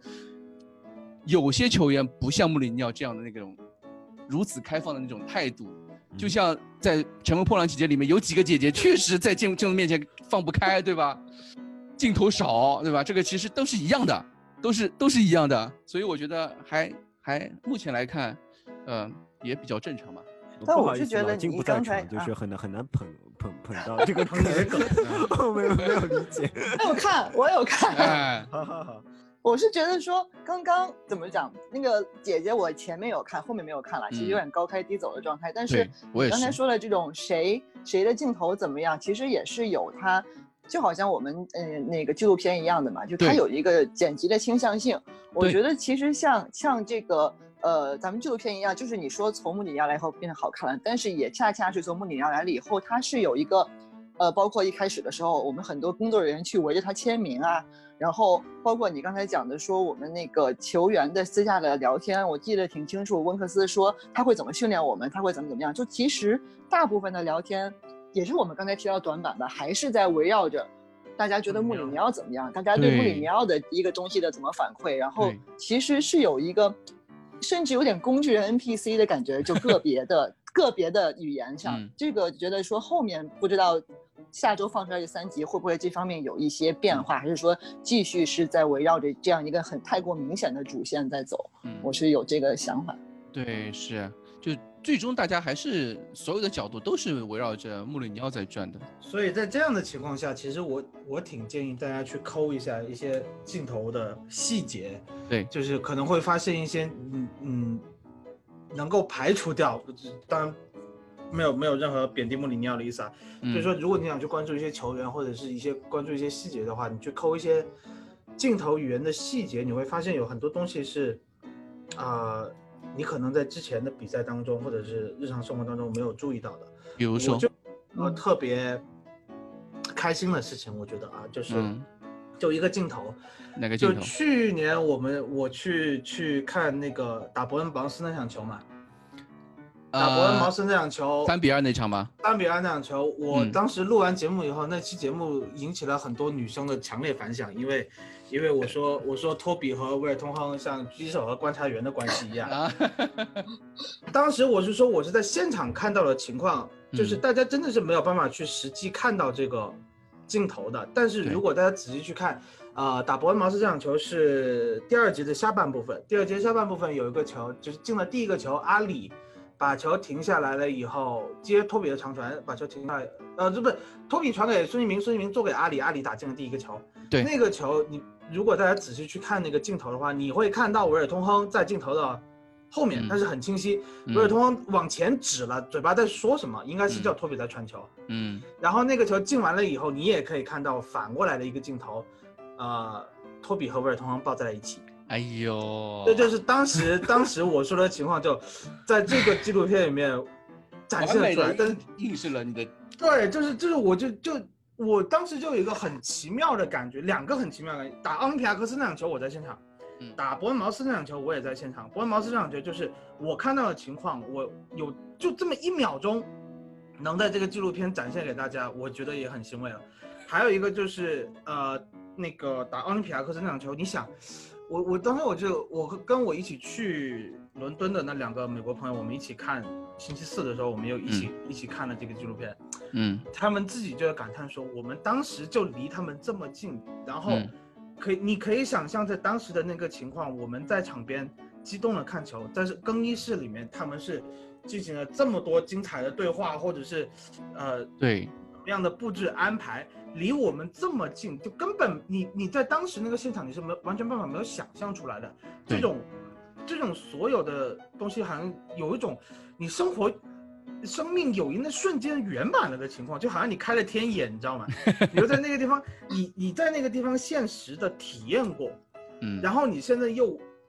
不像穆里尼奥这样的那种如此开放的那种态度。就像在《乘风破浪》姐里面有几个姐姐确实在镜头面前放不开，对吧？镜头少，对吧？这个其实都是一样的，都是一样的，所以我觉得还目前来看，也比较正常嘛。 但我是觉得你刚才就是很难捧到这个梗，没有理解。 我有看， 哎，好。 我是觉得说，刚刚怎么讲，那个姐姐我前面有看，后面没有看了，其实有点高开低走的状态。但是我刚才说了这种谁的镜头怎么样，其实也是有它，就好像我们那个纪录片一样的嘛，就它有一个剪辑的倾向性。我觉得其实像这个咱们纪录片一样，就是你说从穆里尼奥来以后变得好看了，但是也恰恰是从穆里尼奥来了以后，它是有一个包括一开始的时候，我们很多工作人员去围着他签名啊。然后包括你刚才讲的说我们那个球员的私下的聊天，我记得挺清楚，温克斯说他会怎么训练我们，他会怎么样，就其实大部分的聊天也是我们刚才提到短板吧，还是在围绕着大家觉得穆里尼奥怎么样，大家对穆里尼奥的一个东西的怎么反馈，然后其实是有一个甚至有点工具人 NPC 的感觉，就个别的语言上，这个觉得说后面不知道下周放出来的3集会不会这方面有一些变化，还是说继续是在围绕着这样一个太过明显的主线在走？我是有这个想法。 对，是，就最终大家还是所有的角度都是围绕着穆里尼奥在转的。 所以在这样的情况下，其实我挺建议大家去抠一下一些镜头的细节， 对， 就是可能会发现一些能够排除掉，当然没有任何贬低穆里尼奥的意思啊。所以说，如果你想去关注一些球员，或者是关注一些细节的话，你去抠一些镜头语言的细节，你会发现有很多东西是，你可能在之前的比赛当中，或者是日常生活当中没有注意到的。 比如说， 特别开心的事情，我觉得就是就一个镜头。 哪个镜头？ 就去年我去看那个打伯恩茅斯那场球嘛。打伯恩茅斯那场球 3-2那场吗 ？3-2那场球，我当时录完节目以后，那期节目引起了很多女生的强烈反响，因为我说托比和威尔通亨像狙击手和观察员的关系一样。当时我是说我是在现场看到的情况，就是大家真的是没有办法去实际看到这个镜头的。但是如果大家仔细去看，打伯恩茅斯这场球是第2节的下半部分，第2节下半部分有一个球，就是进了第一个球，阿里把球停下来了以后，接托比的长传，把球停下来，不是托比传给孙兴民，孙兴民做给阿里，阿里打进了第一个球。 对， 那个球，你如果大家仔细去看那个镜头的话，你会看到维尔通亨在镜头的后面，但是很清晰，维尔通亨往前指了，嘴巴在说什么，应该是叫托比在传球。然后那个球进完了以后，你也可以看到反过来的一个镜头，托比和维尔通亨抱在了一起。 哎呦， 这就是当时我说的情况，就在这个纪录片里面展现出来，但是映射了你的。 对，就是我当时就有一个很奇妙的感觉，2个很奇妙的感觉。打奥林匹亚科斯那场球我在现场，打伯恩茅斯那场球我也在现场。伯恩茅斯这场球就是我看到的情况，我有就这么1秒钟能在这个纪录片展现给大家，我觉得也很欣慰了。还有一个就是那个打奥林匹亚科斯那场球，你想。我当时我跟我一起去伦敦的那2个美国朋友，我们一起看星期4的时候，我们又一起看了这个纪录片。他们自己就在感叹说，我们当时就离他们这么近，然后你可以想象在当时的那个情况，我们在场边激动的看球，但是更衣室里面他们是进行了这么多精彩的对话，或者是对什么样的布置安排。离我们这么近，就根本你在当时那个现场你是完全办法没有想象出来的。这种所有的东西，好像有一种你生命有一瞬间圆满了的情况，就好像你开了天眼，你知道吗？你就在那个地方，你在那个地方现实的体验过，然后你现在又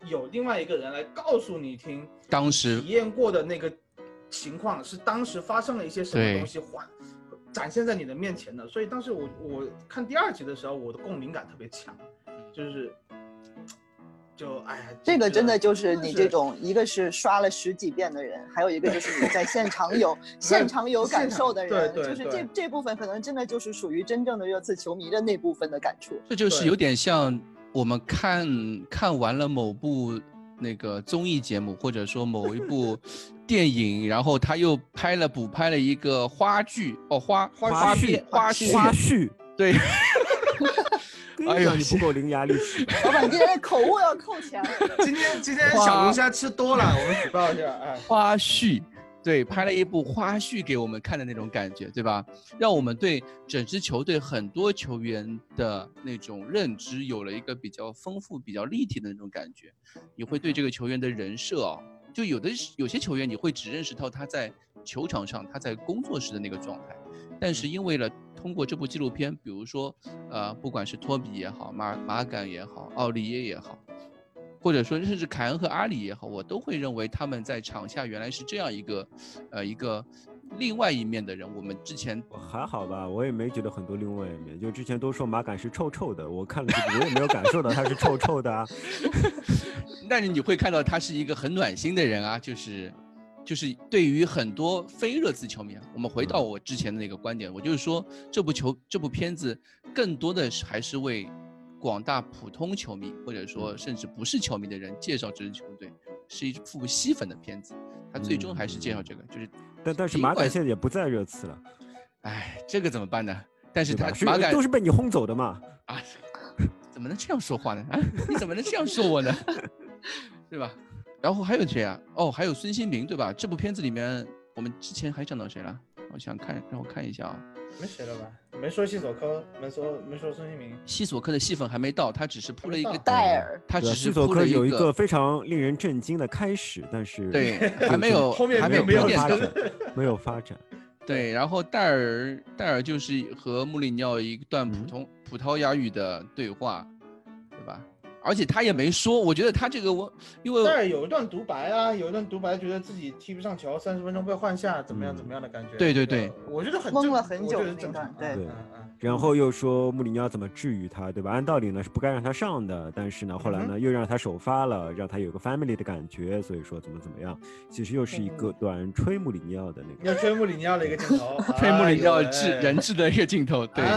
有另外一个人来告诉你听， 当时体验过的那个情况是当时发生了一些什么东西展现在你的面前的。所以当时我看第2集的时候，我的共鸣感特别强，哎呀， 这个真的就是你这种，一个是刷了10几遍的人，还有一个就是你在现场有感受的人， 对就是这部分可能真的就是属于真正的热刺球迷的那部分的感触。 这就是有点像我们看完了某部那个综艺节目，或者说某一部电影，然后他又补拍了一个花絮，对。 哎呦，你不够伶牙俐齿。 老板今天的口误要扣钱。 今天小龙虾吃多了，我们举报一下。 花絮，对，拍了一部花絮给我们看的那种感觉，对吧？让我们对整支球队很多球员的那种认知有了一个比较丰富、比较立体的那种感觉。你会对这个球员的人设就有些球员你会只认识到他在球场上、他在工作时的那个状态，但是因为通过这部纪录片，比如说不管是托比也好，马杆也好，奥利耶也好，或者说甚至凯恩和阿里也好，我都会认为他们在场下原来是这样一个另外一面的人。我们之前还好吧，我也没觉得很多另外一面，就之前都说马杆是臭臭的，我看了这个我也没有感受到他是臭臭的啊。 但是你会看到他是一个很暖心的人啊，就是对于很多非热刺球迷啊，我们回到我之前的那个观点，我就是说这部片子更多的还是为广大普通球迷或者说甚至不是球迷的人介绍这支球队，是一部吸粉的片子，他最终还是介绍这个，就是但是马杆现在也不在热刺了， 哎，这个怎么办呢？但是马杆都是被你轰走的嘛， 啊，怎么能这样说话呢？啊，你怎么能这样说我呢？对吧？然后还有谁啊？还有孙兴民，对吧？这部片子里面，我们之前还讲到谁了？让我看一下啊。 没谁了吧？没说西索科，没说孙兴民。 西索科的戏份还没到，他只是铺了一个戴尔， 他只是西索科有一个非常令人震惊的开始，但是对还没有后面没有发展，没有发展。 对，然后戴尔就是和穆里尼奥一段葡萄牙语的对话，对吧？而且他也没说，我觉得他这个因为戴尔有一段独白啊，觉得自己踢不上球，30分钟被换下，怎么样的感觉。 对， 我觉得懵了很久那段，对。 然后又说穆里尼奥怎么治愈他，对吧？按道理呢是不该让他上的，但是呢后来呢又让他首发了，让他有个 family 的感觉，所以说怎么样，其实又是一个短吹穆里尼奥的那个， 要吹穆里尼奥的一个镜头， 吹穆里尼奥人质的一个镜头，对。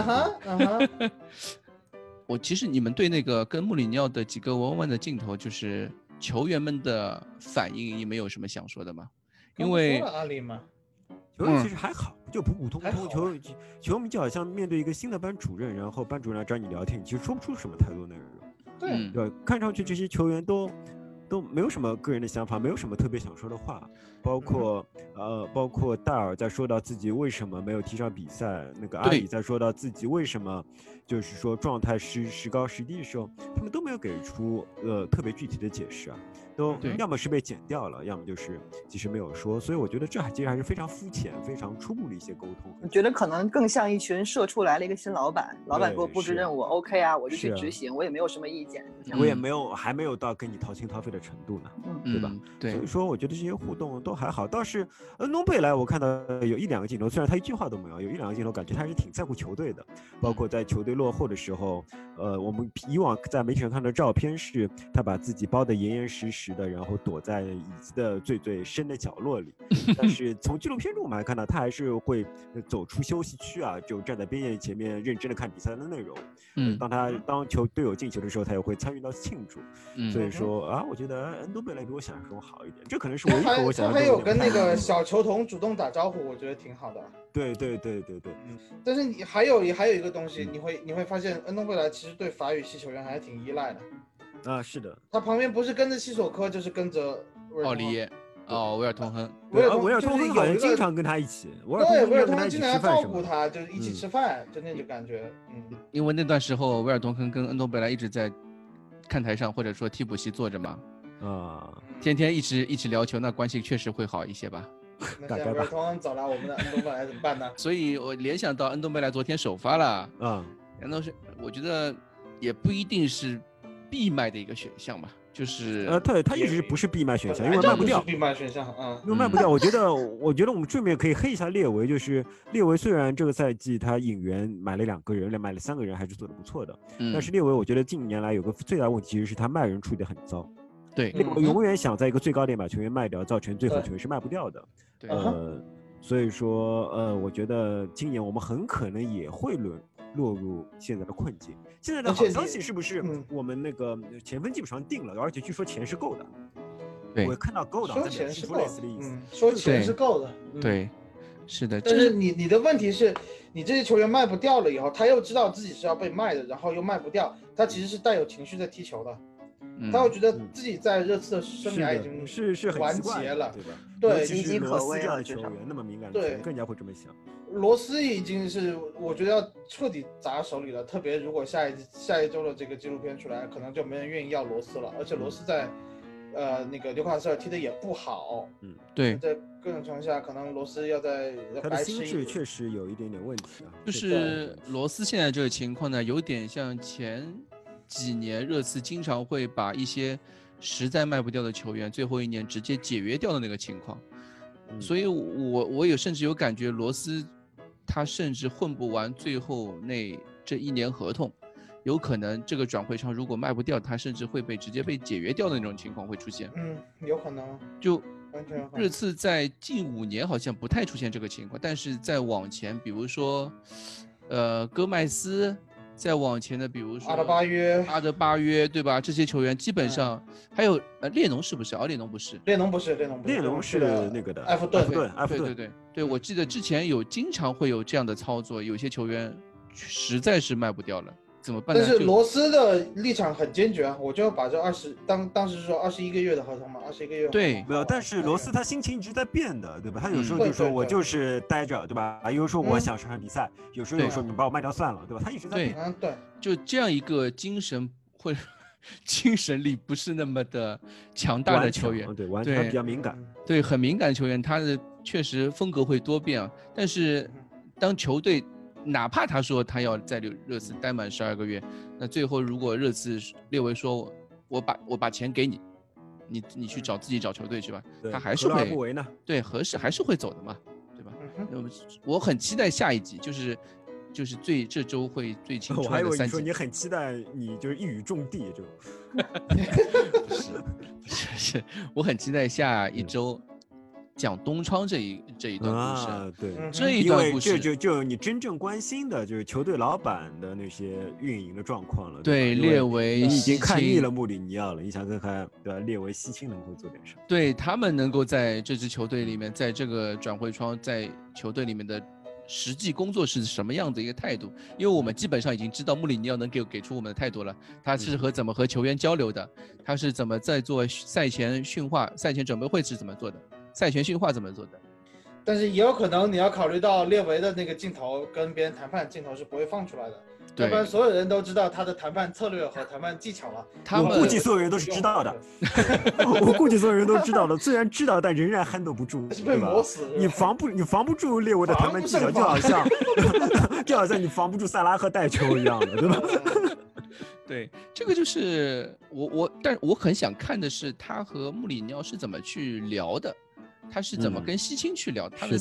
其实你们对那个跟穆里尼奥的几个弯弯的镜头，就是球员们的反应，你们有什么想说的吗？因为阿里吗？ 球员其实还好，就普通球迷就好像面对一个新的班主任，然后班主任来找你聊天，你其实说不出什么太多内容。对，看上去这些球员都没有什么个人的想法，没有什么特别想说的话，包括戴尔在说到自己为什么没有踢上比赛，那个阿里在说到自己为什么就是说状态时高时低的时候，他们都没有给出特别具体的解释啊，都要么是被剪掉了，要么就是其实没有说，所以我觉得这其实还是非常肤浅、非常初步的一些沟通。 我觉得可能更像一群社畜来了一个新老板，老板给我布置任务 ，OK 啊，我就去执行，我也没有什么意见， 我也还没有到跟你掏心掏肺的程度呢，对吧？ 对， 所以说我觉得这些互动都还好，倒是恩东贝莱我看到有1-2个镜头，虽然他一句话都没有，有1-2个镜头感觉他还是挺在乎球队的，包括在球队落后的时候，我们以往在媒体上看到的照片是他把自己包得严严实实的，然后躲在椅子的最深的角落里，但是从纪录片中我们还看到他还是会走出休息区啊，就站在边线前面认真的看比赛的内容。当队友进球的时候，他也会参与到庆祝。所以说啊，我觉得恩东贝莱比我想象中好一点，这可能是唯一和我想象中他还有跟那个小球童主动打招呼，我觉得挺好的。 对。 但是你还有一个东西，你会发现恩东贝莱其实对法语系球员还是挺依赖的。 啊，是的。 他旁边不是跟着西索科，就是跟着奥利耶。维尔通亨， 维尔通亨好像经常跟他一起， 维尔通亨经常照顾他，就是一起吃饭，就那种感觉。 因为那段时候维尔通亨跟恩东贝莱一直在看台上或者说替补席坐着嘛，天天一起聊球，那关系确实会好一些吧。 那现在维尔通亨走了，我们的恩东贝莱怎么办呢？ 所以我联想到恩东贝莱昨天首发了，难道是我觉得也不一定是必买的一个选项吧。 就是他一直不是必卖选项，因为卖不掉。 必卖选项因为卖不掉。我觉得我们顺便可以黑一下列维，就是列维虽然这个赛季他引援买了2个人，买了3个人，还是做得不错的。但是列维我觉得近年来有个最大的问题，其实是他卖人处理得很糟。 对， 列维永远想在一个最高点把球员卖掉，造成最后球员是卖不掉的。 对， 所以说我觉得今年我们很可能也会落入现在的困境。现在的好消息是不是我们那个前锋基本上定了，而且据说钱是够的。 对， 我看到够的， 说钱是够的意思。 说钱是够的。 对，是的。 但是你的问题是，你这些球员卖不掉了以后，他又知道自己是要被卖的，然后又卖不掉，他其实是带有情绪在踢球的。他会觉得自己在热刺的生涯已经是完结了， 对吧？ 对， 岌岌可危啊！球员那么敏感的球员更加会这么想。 罗斯已经是我觉得要彻底砸手里了，特别如果下一周的这个纪录片出来，可能就没人愿意要罗斯了。而且罗斯在那个纽卡斯尔踢的也不好， 对， 在各种情况下，可能罗斯要在他的心智确实有一点问题啊。 就是罗斯现在这个情况呢，有点像前几年热刺经常会把一些实在卖不掉的球员，最后1年直接解约掉的那个情况。所以我甚至有感觉罗斯他甚至混不完最后这1年合同，有可能这个转会窗如果卖不掉，他甚至会直接被解约掉的那种情况会出现。 有可能。 就热刺在近5年好像不太出现这个情况，但是再往前，比如说戈麦斯。再往前的，比如说阿德巴约，对吧？这些球员基本上还有列侬是不是？列侬不是， 列侬是那个的埃弗顿。 对，我记得之前经常会有这样的操作，有些球员实在是卖不掉了，怎么办呢？ 但是罗斯的立场很坚决啊，我就要把这当时说21个月的合同嘛，21个月。 对， 没有，但是罗斯他心情一直在变的，对吧？他有时候就说我就是待着，对吧？有时候我想上场比赛，有时候你把我卖掉算了，对吧？他一直在变。 对， 就这样一个精神力不是那么的强大的球员， 对，完全比较敏感， 对，很敏感的球员，他的确实风格会多变啊。但是当球队哪怕他说他要在热刺待满12个月，那最后如果热刺列维说我把钱给你，你去自己找球队去吧，他还是会对合适还是会走的嘛，对吧？那么我很期待下一集，就是这周会最青春的3集。 我还以为你说你很期待你就是一语中的这种， 不是，我很期待下一周讲东窗这一段故事。 对， 这一段故事因为就你真正关心的就是球队老板的那些运营的状况了。 对，列维你已经看腻了穆里尼奥了，你想看看对吧？列维西青能够做点什么？ 对，他们能够在这支球队里面，在这个转会窗，在球队里面的实际工作是什么样的一个态度？因为我们基本上已经知道穆里尼奥能给出我们的态度了，他是怎么和球员交流的，他是怎么在做赛前训话、赛前准备会是怎么做的，赛前训话怎么做的。 但是也有可能你要考虑到列维的那个镜头跟别人谈判镜头是不会放出来的，要不然所有人都知道他的谈判策略和谈判技巧了。 我估计所有人都是知道的，我估计所有人都知道的，虽然知道但仍然handle不住， 是被磨死。 你防不住列维的谈判技巧，就好像你防不住萨拉赫带球一样的，对吧？ 对，这个就是但我很想看的是他和穆里尼奥是怎么去聊的。他是怎么跟西青去聊？他们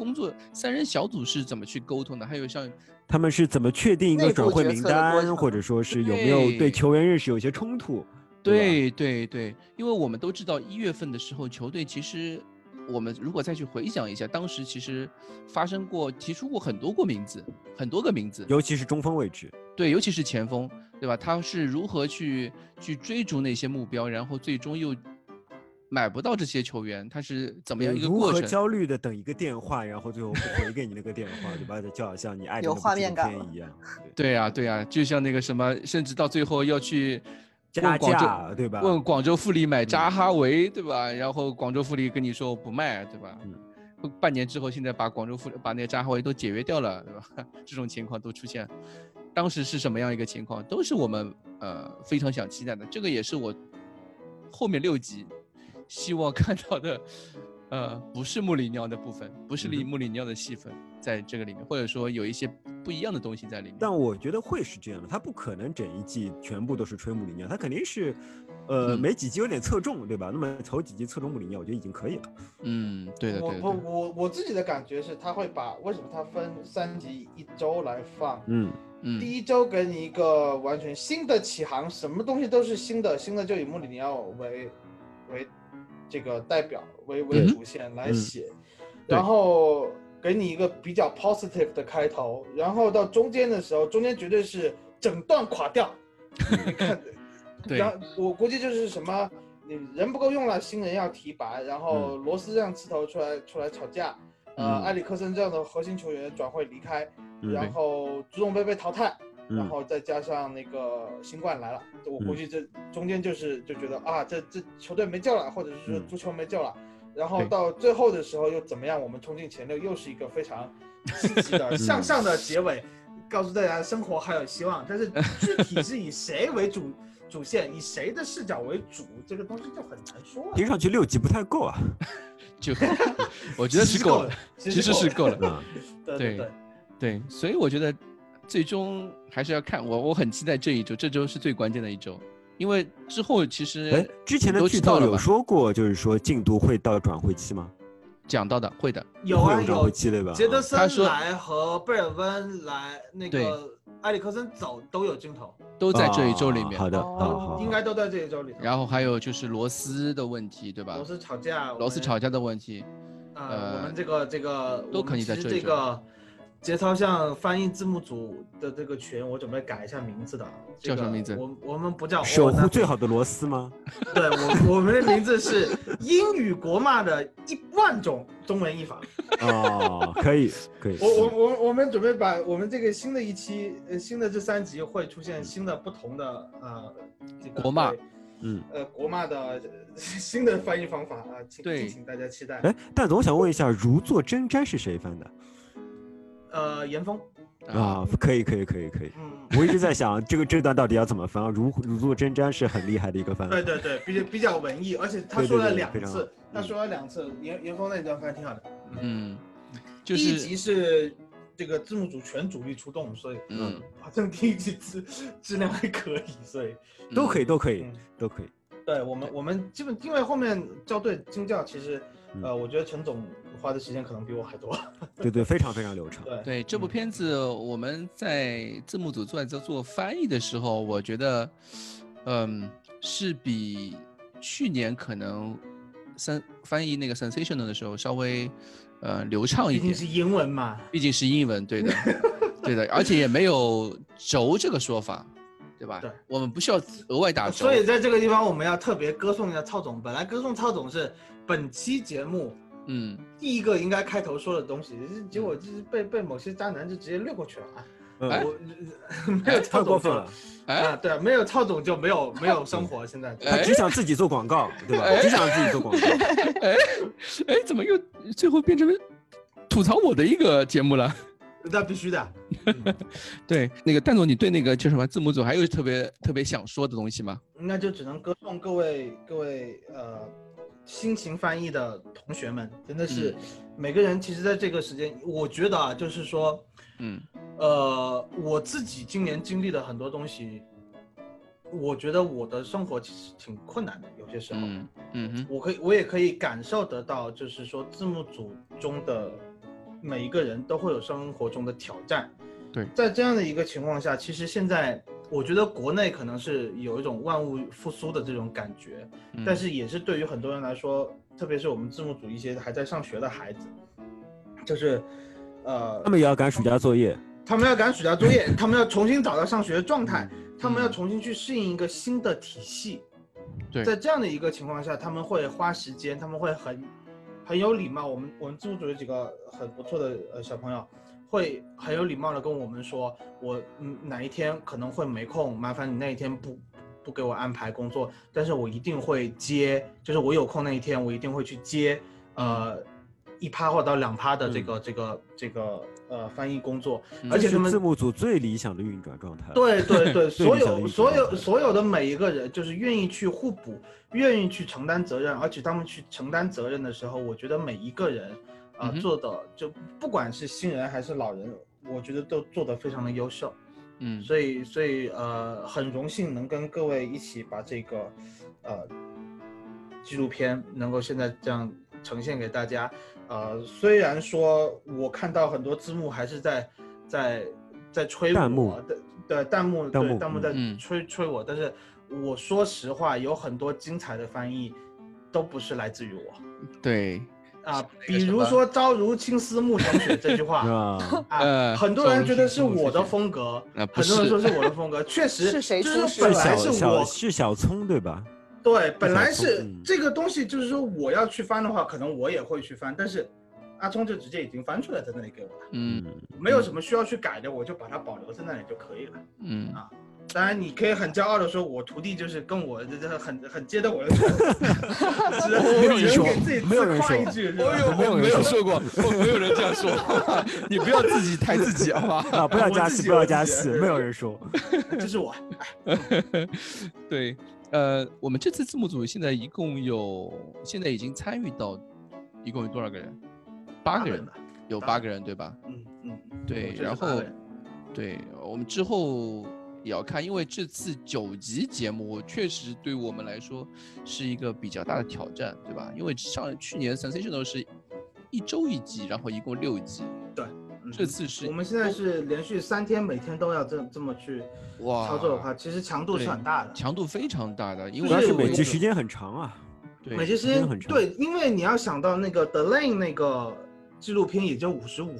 3人小组是怎么去沟通的？还有像他们是怎么确定一个转会名单，或者说是有没有对球员认识有些冲突？ 对，因为我们都知道1月份的时候，球队其实我们如果再去回想一下，当时其实提出过很多个名字， 尤其是中锋位置。 对，尤其是前锋，对吧？他是如何去追逐那些目标，然后最终又买不到这些球员，他是怎么样一个过程？ 如何焦虑的等一个电话，然后最后不回给你那个电话，对吧？就好像你爱的有画面感一样。 对啊，就像那个什么，甚至到最后要去加价，对吧？ 问广州富力买扎哈维，对吧？然后广州富力跟你说不卖，对吧？半年之后，现在把那个扎哈维都解约掉了，对吧？这种情况都出现，当时是什么样一个情况？都是我们非常想期待的。这个也是我后面6集希望看到的不是穆里尼奥的部分，不是穆里尼奥的戏份在这个里面，或者说有一些不一样的东西在里面。 但我觉得会是这样的，他不可能整一季全部都是吹穆里尼奥，他肯定是，每几集有点侧重，对吧？那么头几集侧重穆里尼奥，我觉得已经可以了。 对的。 我自己的感觉是，他会把为什么他分3集1周来放？第1周给你一个完全新的起航，什么东西都是新的就以穆里尼奥为这个代表为主线来写，然后给你一个比较 positive 的开头，然后到中间的时候，中间绝对是整段垮掉。你看，然后我估计就是什么，你人不够用了，新人要提拔，然后罗斯让刺头出来吵架，埃里克森这样的核心球员转会离开，然后朱重杯被淘汰。然后再加上那个新冠来了，我估计这中间就觉得啊，这球队没救了，或者是说足球没救了。然后到最后的时候又怎么样？我们冲进前6，又是一个非常积极的向上的结尾，告诉大家生活还有希望。但是具体是以谁为主线，以谁的视角为主，这个东西就很难说了。 听上去6集不太够啊， 就我觉得是够了，其实是够了。对，所以我觉得。最终还是要看我很期待这一周，这周是最关键的一周，因为之后其实之前的剧透有说过，就是说禁毒会到转会期吗？ 讲到的，会的， 有转会期对吧？ 杰德森来和贝尔温来，那个埃里克森走都有镜头， 都在这一周里面。 好的，好， 应该都在这一周里。 然后还有就是罗斯的问题，对吧？ 罗斯吵架的问题，我们这个都可以在这个。节操像翻译字幕组的这个群，我准备改一下名字的。 叫什么名字？ 我们不叫守护最好的螺丝吗？ 对，我们的名字是英语国骂的10000种中文译法。 哦，可以。 我们准备把我们这个新的一期，新的这3集会出现新的不同的这个国骂， 国骂的新的翻译方法啊，请大家期待。 但我想问一下，如坐针毡是谁翻的？ 严峰啊，可以。我一直在想这段到底要怎么翻啊？如坐针毡是很厉害的一个翻。 对，比较文艺，而且他说了2次，严峰那段翻挺好的。 就是第1集是这个字幕组全主力出动，所以保证第1集质量还可以，所以都可以。 对我们基本因为后面校对精校，其实我觉得陈总花的时间可能比我还多。 对，非常非常流畅。 对这部片子，我们在字幕组在做翻译的时候，我觉得，是比去年可能翻译那个 sensational 的时候稍微流畅一点。 毕竟是英文嘛。 毕竟是英文，对的，对的，而且也没有轴这个说法。对吧？对，我们不需要额外打轴。 所以在这个地方，我们要特别歌颂一下曹总。本来歌颂曹总是本期节目，第一个应该开头说的东西，结果就是被某些渣男就直接略过去了啊。没有曹总了，对，没有曹总就没有生活。现在他只想自己做广告，对吧？只想自己做广告。 怎么又最后变成吐槽我的一个节目了？ 那必须的。 对，那个蛋总，你对那个叫什么字幕组还有特别想说的东西吗？ 那就只能歌颂各位辛勤翻译的同学们，真的是每个人其实在这个时间，我觉得啊，就是说，我自己今年经历了很多东西，我觉得我的生活其实挺困难的，有些时候，我也可以感受得到，就是说字幕组中的每一个人都会有生活中的挑战。 对， 在这样的一个情况下，其实现在我觉得国内可能是有一种万物复苏的这种感觉，但是也是对于很多人来说，特别是我们字幕组一些还在上学的孩子，就是他们也要赶暑假作业， 他们要重新找到上学的状态，他们要重新去适应一个新的体系。 对， 在这样的一个情况下，他们会花时间，他们会很有礼貌。我们字幕组有几个很不错的小朋友，会很有礼貌的跟我们说，我哪一天可能会没空，麻烦你那一天不给我安排工作，但是我一定会接，就是我有空那一天我一定会去接 1%或到2%的这个翻译工作，而且他们字幕组最理想的运转状态。 对对对，所有的每一个人就是愿意去互补，愿意去承担责任，而且他们去承担责任的时候，我觉得每一个人做的就不管是新人还是老人，我觉得都做得非常的优秀。所以很荣幸能跟各位一起把这个纪录片能够现在这样呈现给大家。虽然说我看到很多字幕还是在吹我，对弹幕在吹我，但是我说实话，有很多精彩的翻译都不是来自于我。 对。 比如说“朝如青丝暮成雪”这句话很多人觉得是我的风格，很多人说是我的风格，确实是谁出师？本来是小聪对吧？ 对，本来是这个东西，就是说我要去翻的话，可能我也会去翻，但是阿聪就直接已经翻出来在那里给我了，没有什么需要去改的，我就把它保留在那里就可以了，当然，你可以很骄傲的说，我徒弟就是跟我很接的我的拳， 没有人说， 没有人夸一句， 没有说过，没有人这样说，你不要自己抬自己好吧？ 不要加戏，不要加戏，没有人说， 这是我。 对，我们这次字幕组现在现在已经参与到，一共有多少个人？8个人吧，有8个人对吧？对，然后对我们之后也要看，因为这次9集节目确实对我们来说是一个比较大的挑战，对吧？因为去年 Sensational 是1周1集，然后一共6集。 对， 这次是我们现在是连续3天，每天都要这么去操作的话，其实强度是很大的， 强度非常大的，因为主要是每集时间很长啊。 对， 每集时间很长。对，因为你要想到那个 The Lane 那个纪录片也就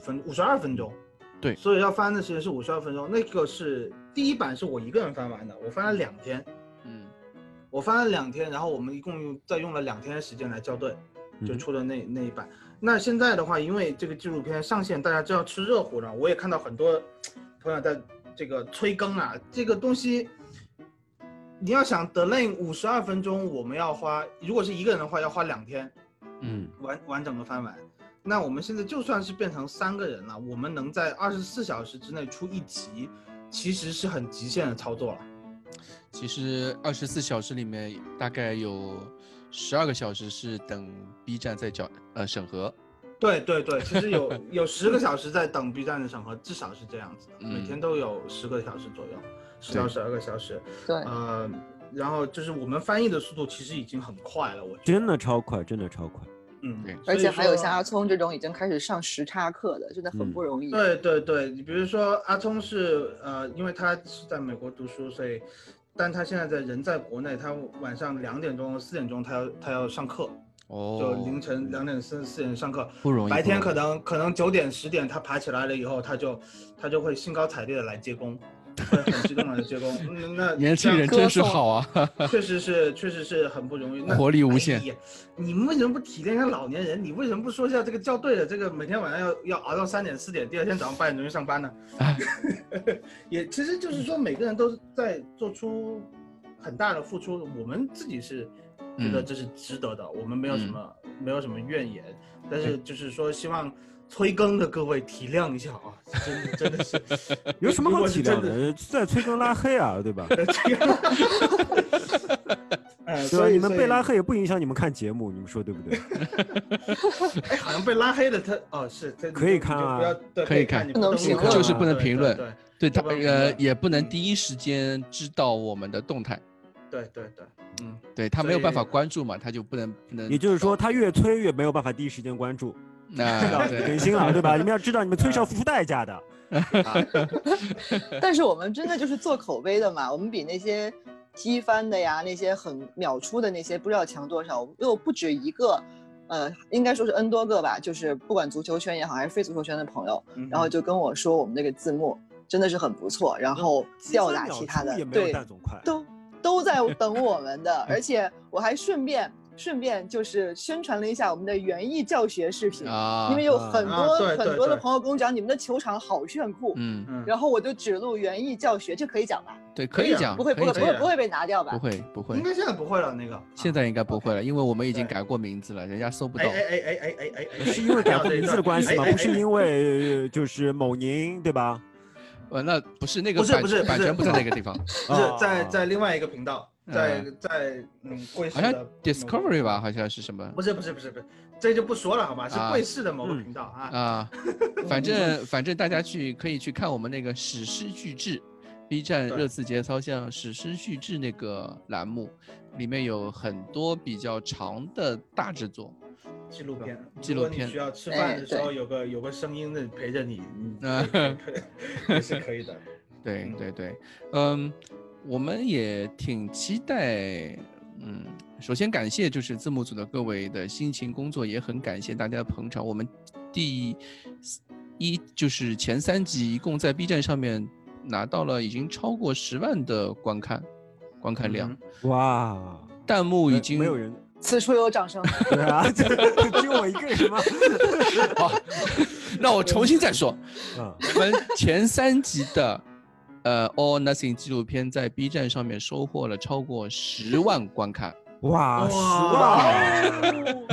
52分钟。 对， 所以要翻的时间是52分钟。那个是第一版是我一个人翻完的，我翻了2天。我翻了2天，然后我们一共再用了2天的时间来校对，就出了那一版。那现在的话，因为这个纪录片上线，大家就要吃热乎了。我也看到很多朋友在这个催更啊，这个东西你要想 The Lane 52分钟，我们要花，如果是一个人的话，要花2天，完整的翻完。那我们现在就算是变成3个人了，我们能在24小时之内出1集，其实是很极限的操作了。 其实24小时里面大概有12个小时是等 B 站在审核。 对对对，其实有10个小时在等 B 站的审核，至少是这样子的，每天都有10个小时左右，10到12个小时。 对， 然后就是我们翻译的速度其实已经很快了，我觉得真的超快，真的超快。 而且还有像阿聪这种已经开始上时差课的，真的很不容易。 对对对，你比如说阿聪是因为他是在美国读书，所以，但他现在人在国内，他晚上2点钟、4点钟他要上课，就凌晨2点、4点上课， 不容易。 白天可能9点、10点他爬起来了以后，他就会兴高采烈的来接工。会很激动的接工，那年轻人真是好啊， 确实是很不容易， 活力无限。 你们为什么不体谅一下老年人？你为什么不说一下这个校对的这个每天晚上要熬到3点4点，第二天早上8点钟去上班呢？也其实就是说每个人都在做出很大的付出，我们自己是觉得这是值得的，我们没有什么怨言，但是就是说希望催更的各位体谅一下啊，真的是有什么好体谅的？在催更拉黑啊，对吧？对吧？你们被拉黑也不影响你们看节目，你们说对不对？ 哎，好像被拉黑的是可以看啊， 可以看， 不能评论， 就是不能评论，对他也不能第一时间知道我们的动态。 对， 对他没有办法关注嘛，他就不能。 也就是说，他越催越没有办法第一时间关注。更新了，对吧？你们要知道，你们催是要付出代价的。 但是我们真的就是做口碑的嘛，我们比那些踢翻的呀，那些很秒出的那些不知道强多少，又不止一个，应该说是 N 多个吧，就是不管足球圈也好，还是非足球圈的朋友，然后就跟我说我们那个字幕真的是很不错，然后吊打其他的，对，都在等我们的，而且我还顺便顺便就是宣传了一下我们的园艺教学视频，因为有很多的朋友跟我讲你们的球场好炫酷，然后我就指路园艺教学，这可以讲吧？ 对，可以讲， 不会被拿掉吧？ 不会， 应该现在不会了那个。 现在应该不会了，因为我们已经改过名字了，人家搜不到。 是因为改过名字的关系吗？不是因为就是某宁对吧？ 那不是那个版权不在那个地方， 不是在另外一个频道。在贵市的好像 Discovery 吧，好像是什么？ 不是，这就不说了好吧？是贵市的某个频道啊。 反正大家可以去看我们那个史诗巨制 B 站热刺节操像史诗巨制那个栏目，里面有很多比较长的大制作。 纪录片需要吃饭的时候有个声音的陪着你，也是可以的。 对，我们也挺期待，首先感谢就是字幕组的各位的辛勤工作，也很感谢大家的捧场。我们就是前3集一共在 B 站上面拿到了已经超过10万的观看量， 哇！ 弹幕已经没有人， 此处有掌声。 对啊，只有我一个人吗？ 好，那我重新再说，我们前3集的。All Nothing 纪录片在 B 站上面收获了超过10万观看， 哇，10万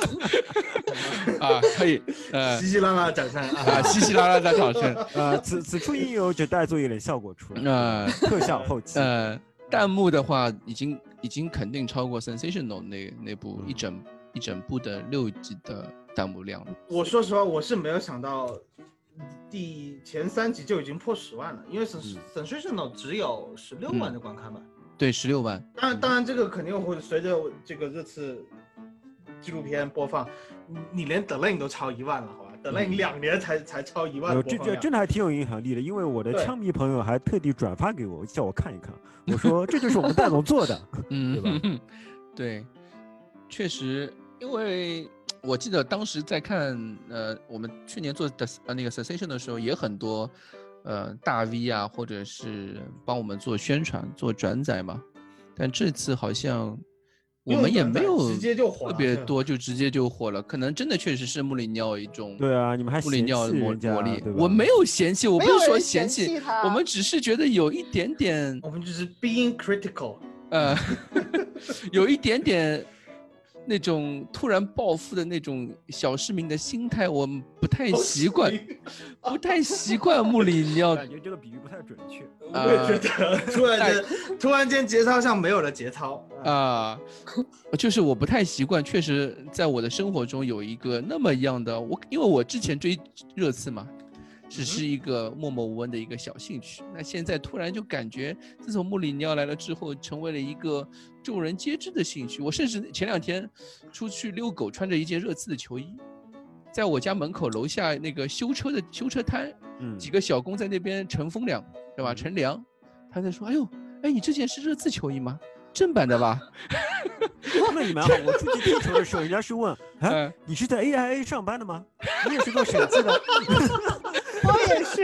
可以， 稀稀拉拉的掌声稀稀拉拉的掌声， 此处应有只带做一点效果出来，特效后期， 弹幕的话已经肯定超过 Sensational 那部一整部的6集的弹幕量了。 我说实话，我是没有想到。前3集就已经破10万了，因为 Sensational 只有16万的观看吧？ 对，16万。 当然，这个肯定会随着这个热刺纪录片播放，你连 The Lane 都超1万了，好吧？The Lane 2年才超1万。 这真的还挺有影响力的，因为我的枪迷朋友还特地转发给我，叫我看一看。我说这就是我们戴总做的，对吧？ 对，确实，因为。我记得当时在看，我们去年做的那个 Sensation 的时候，也很多，大 V 啊，或者是帮我们做宣传、做转载嘛。但这次好像我们也没有特别多，就直接就火了。可能真的确实是穆里尼奥一种， 对啊，你们还穆里尼奥的魔力， 对吧？ 我没有嫌弃，我不是说嫌弃，我们只是觉得有一点点， 我们就是 being critical， 有一点点。那种突然暴富的那种小市民的心态，我们不太习惯，不太习惯穆里尼奥。 感觉这个比喻不太准确。 我也觉得，突然间节操上没有了节操就是我不太习惯。确实，在我的生活中有一个那么样的因为我之前追热刺嘛。只是一个默默无闻的一个小兴趣，那现在突然就感觉，自从穆里尼奥来了之后，成为了一个众人皆知的兴趣。我甚至前2天出去遛狗，穿着一件热刺的球衣，在我家门口楼下那个修车摊，几个小工在那边乘风凉，对吧？乘凉，他在说：“哎，你这件是热刺球衣吗？正版的吧？” 那你蛮好。我出去踢球的时候，人家是问：“你是在 AIA 上班的吗？你也是做审计的？” 我也是，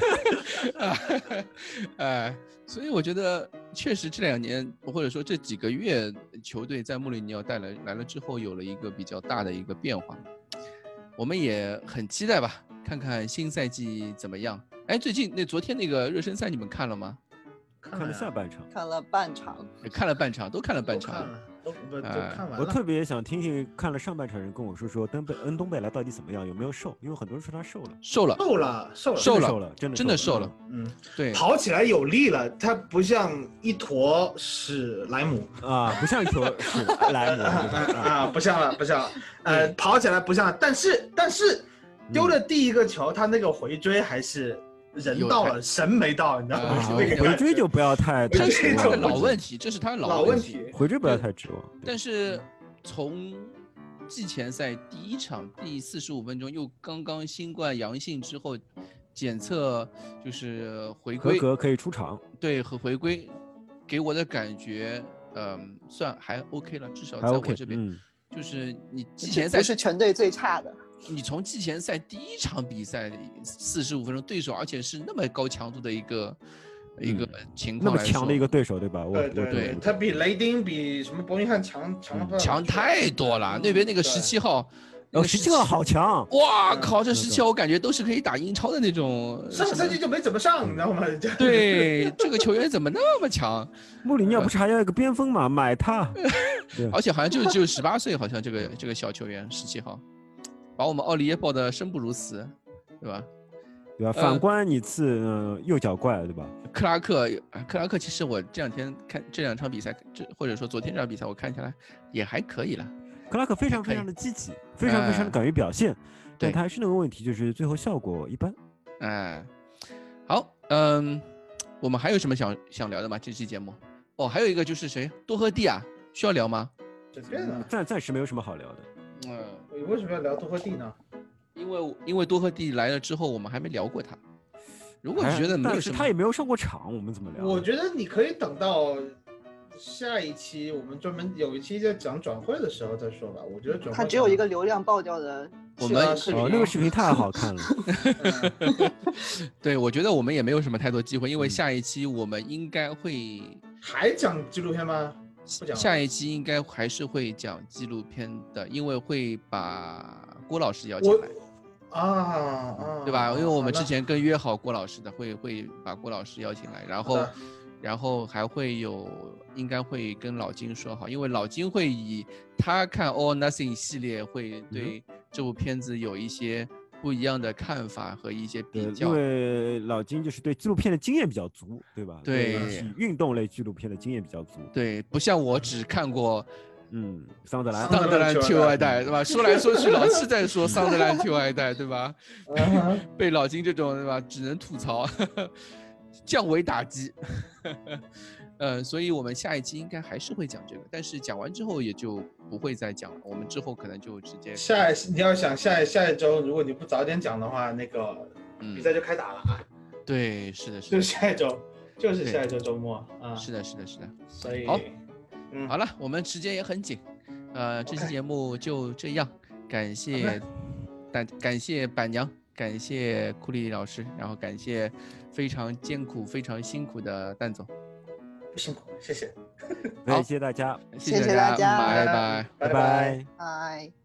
所以我觉得确实这2年或者说这几个月，球队在穆里尼奥来了之后，有了一个比较大的一个变化。我们也很期待吧，看看新赛季怎么样。最近昨天那个热身赛你们看了吗？ 看了下半场， 看了半场， 都看了半场。 都看完了。 我特别想听听看了上半场人跟我说恩东贝莱到底怎么样，有没有瘦？因为很多人说他瘦了，真的瘦了。 对， 跑起来有力了，他不像一坨史莱姆不像一坨史莱姆不像了。跑起来不像，但是丢了第一个球，他那个回追还是。人到了，神没到，你知道吗？ 回追就不要太这是他的老问题，老问题。 回追不要太指望。 但是从季前赛第1场第45分钟又刚新冠阳性之后，检测就是回归合格可以出场， 对，和回归给我的感觉，算还 OK 了，至少在我这边，就是你季前赛不是全队最差的。 你从季前赛第1场比赛45分钟对手，而且是那么高强度的一个一个情况那么强的一个对手，对吧？ 对，他比雷丁比什么伯明翰强太多了。那边那个17号。 17号好强！ 哇靠，这17号我感觉都是可以打英超的那种。 上个赛季就没怎么上，你知道吗？ 对，这个球员怎么那么强？ 穆里尼奥不是还要一个边锋嘛，买他。 而且好像就只有18岁，好像这个小球员17号，把我们奥利耶抱得生不如死，对吧？ 对吧？反观你次右脚怪，对吧？ 克拉克，其实我这两天看这2场比赛，或者说昨天这场比赛，我看起来也还可以了。 克拉克非常的积极，非常的敢于表现，但他还是那个问题，就是最后效果一般。 好，我们还有什么想聊的吗？这期节目？哦，还有一个就是谁？多赫蒂啊，需要聊吗？ 暂时没有什么好聊的。 你为什么要聊多赫蒂呢？ 因为多赫蒂来了之后，我们还没聊过他。如果你觉得没有什么， 但是他也没有上过场，我们怎么聊？ 我觉得你可以等到下一期，我们专门有一期在讲转会的时候再说吧。我觉得转会他只有一个流量爆掉的， 我们那个视频太好看了。 对，我觉得我们也没有什么太多机会，因为下一期我们应该会还讲纪录片吗？不讲。 下一期应该还是会讲纪录片的，因为会把郭老师邀请来。对吧？因为我们之前跟约好郭老师的，会把郭老师邀请来，然后还会应该会跟老金说好，因为老金会以他看 All Nothing 系列会对这部片子有一些不一样的看法和一些比较。 因为老金就是对纪录片的经验比较足，对吧？ 对， 运动类纪录片的经验比较足。 对，不像我只看过。 桑德兰 TO 代对吧？说来说去老是在说桑德兰 TO 代对吧？被老金这种对吧，只能吐槽，降维打击。所以我们下一期应该还是会讲这个，但是讲完之后也就不会再讲了。我们之后可能就直接你要想下一周，如果你不早点讲的话，那个比赛就开打了啊。 对，是的， 就是下一周，就是下一周周末啊。 是的。 所以好。好了，我们时间也很紧，这期节目就这样，感谢板娘，感谢库里老师，然后感谢非常艰苦、非常辛苦的蛋总， 不辛苦，谢谢， 感谢大家， 谢谢大家， 拜拜。 拜。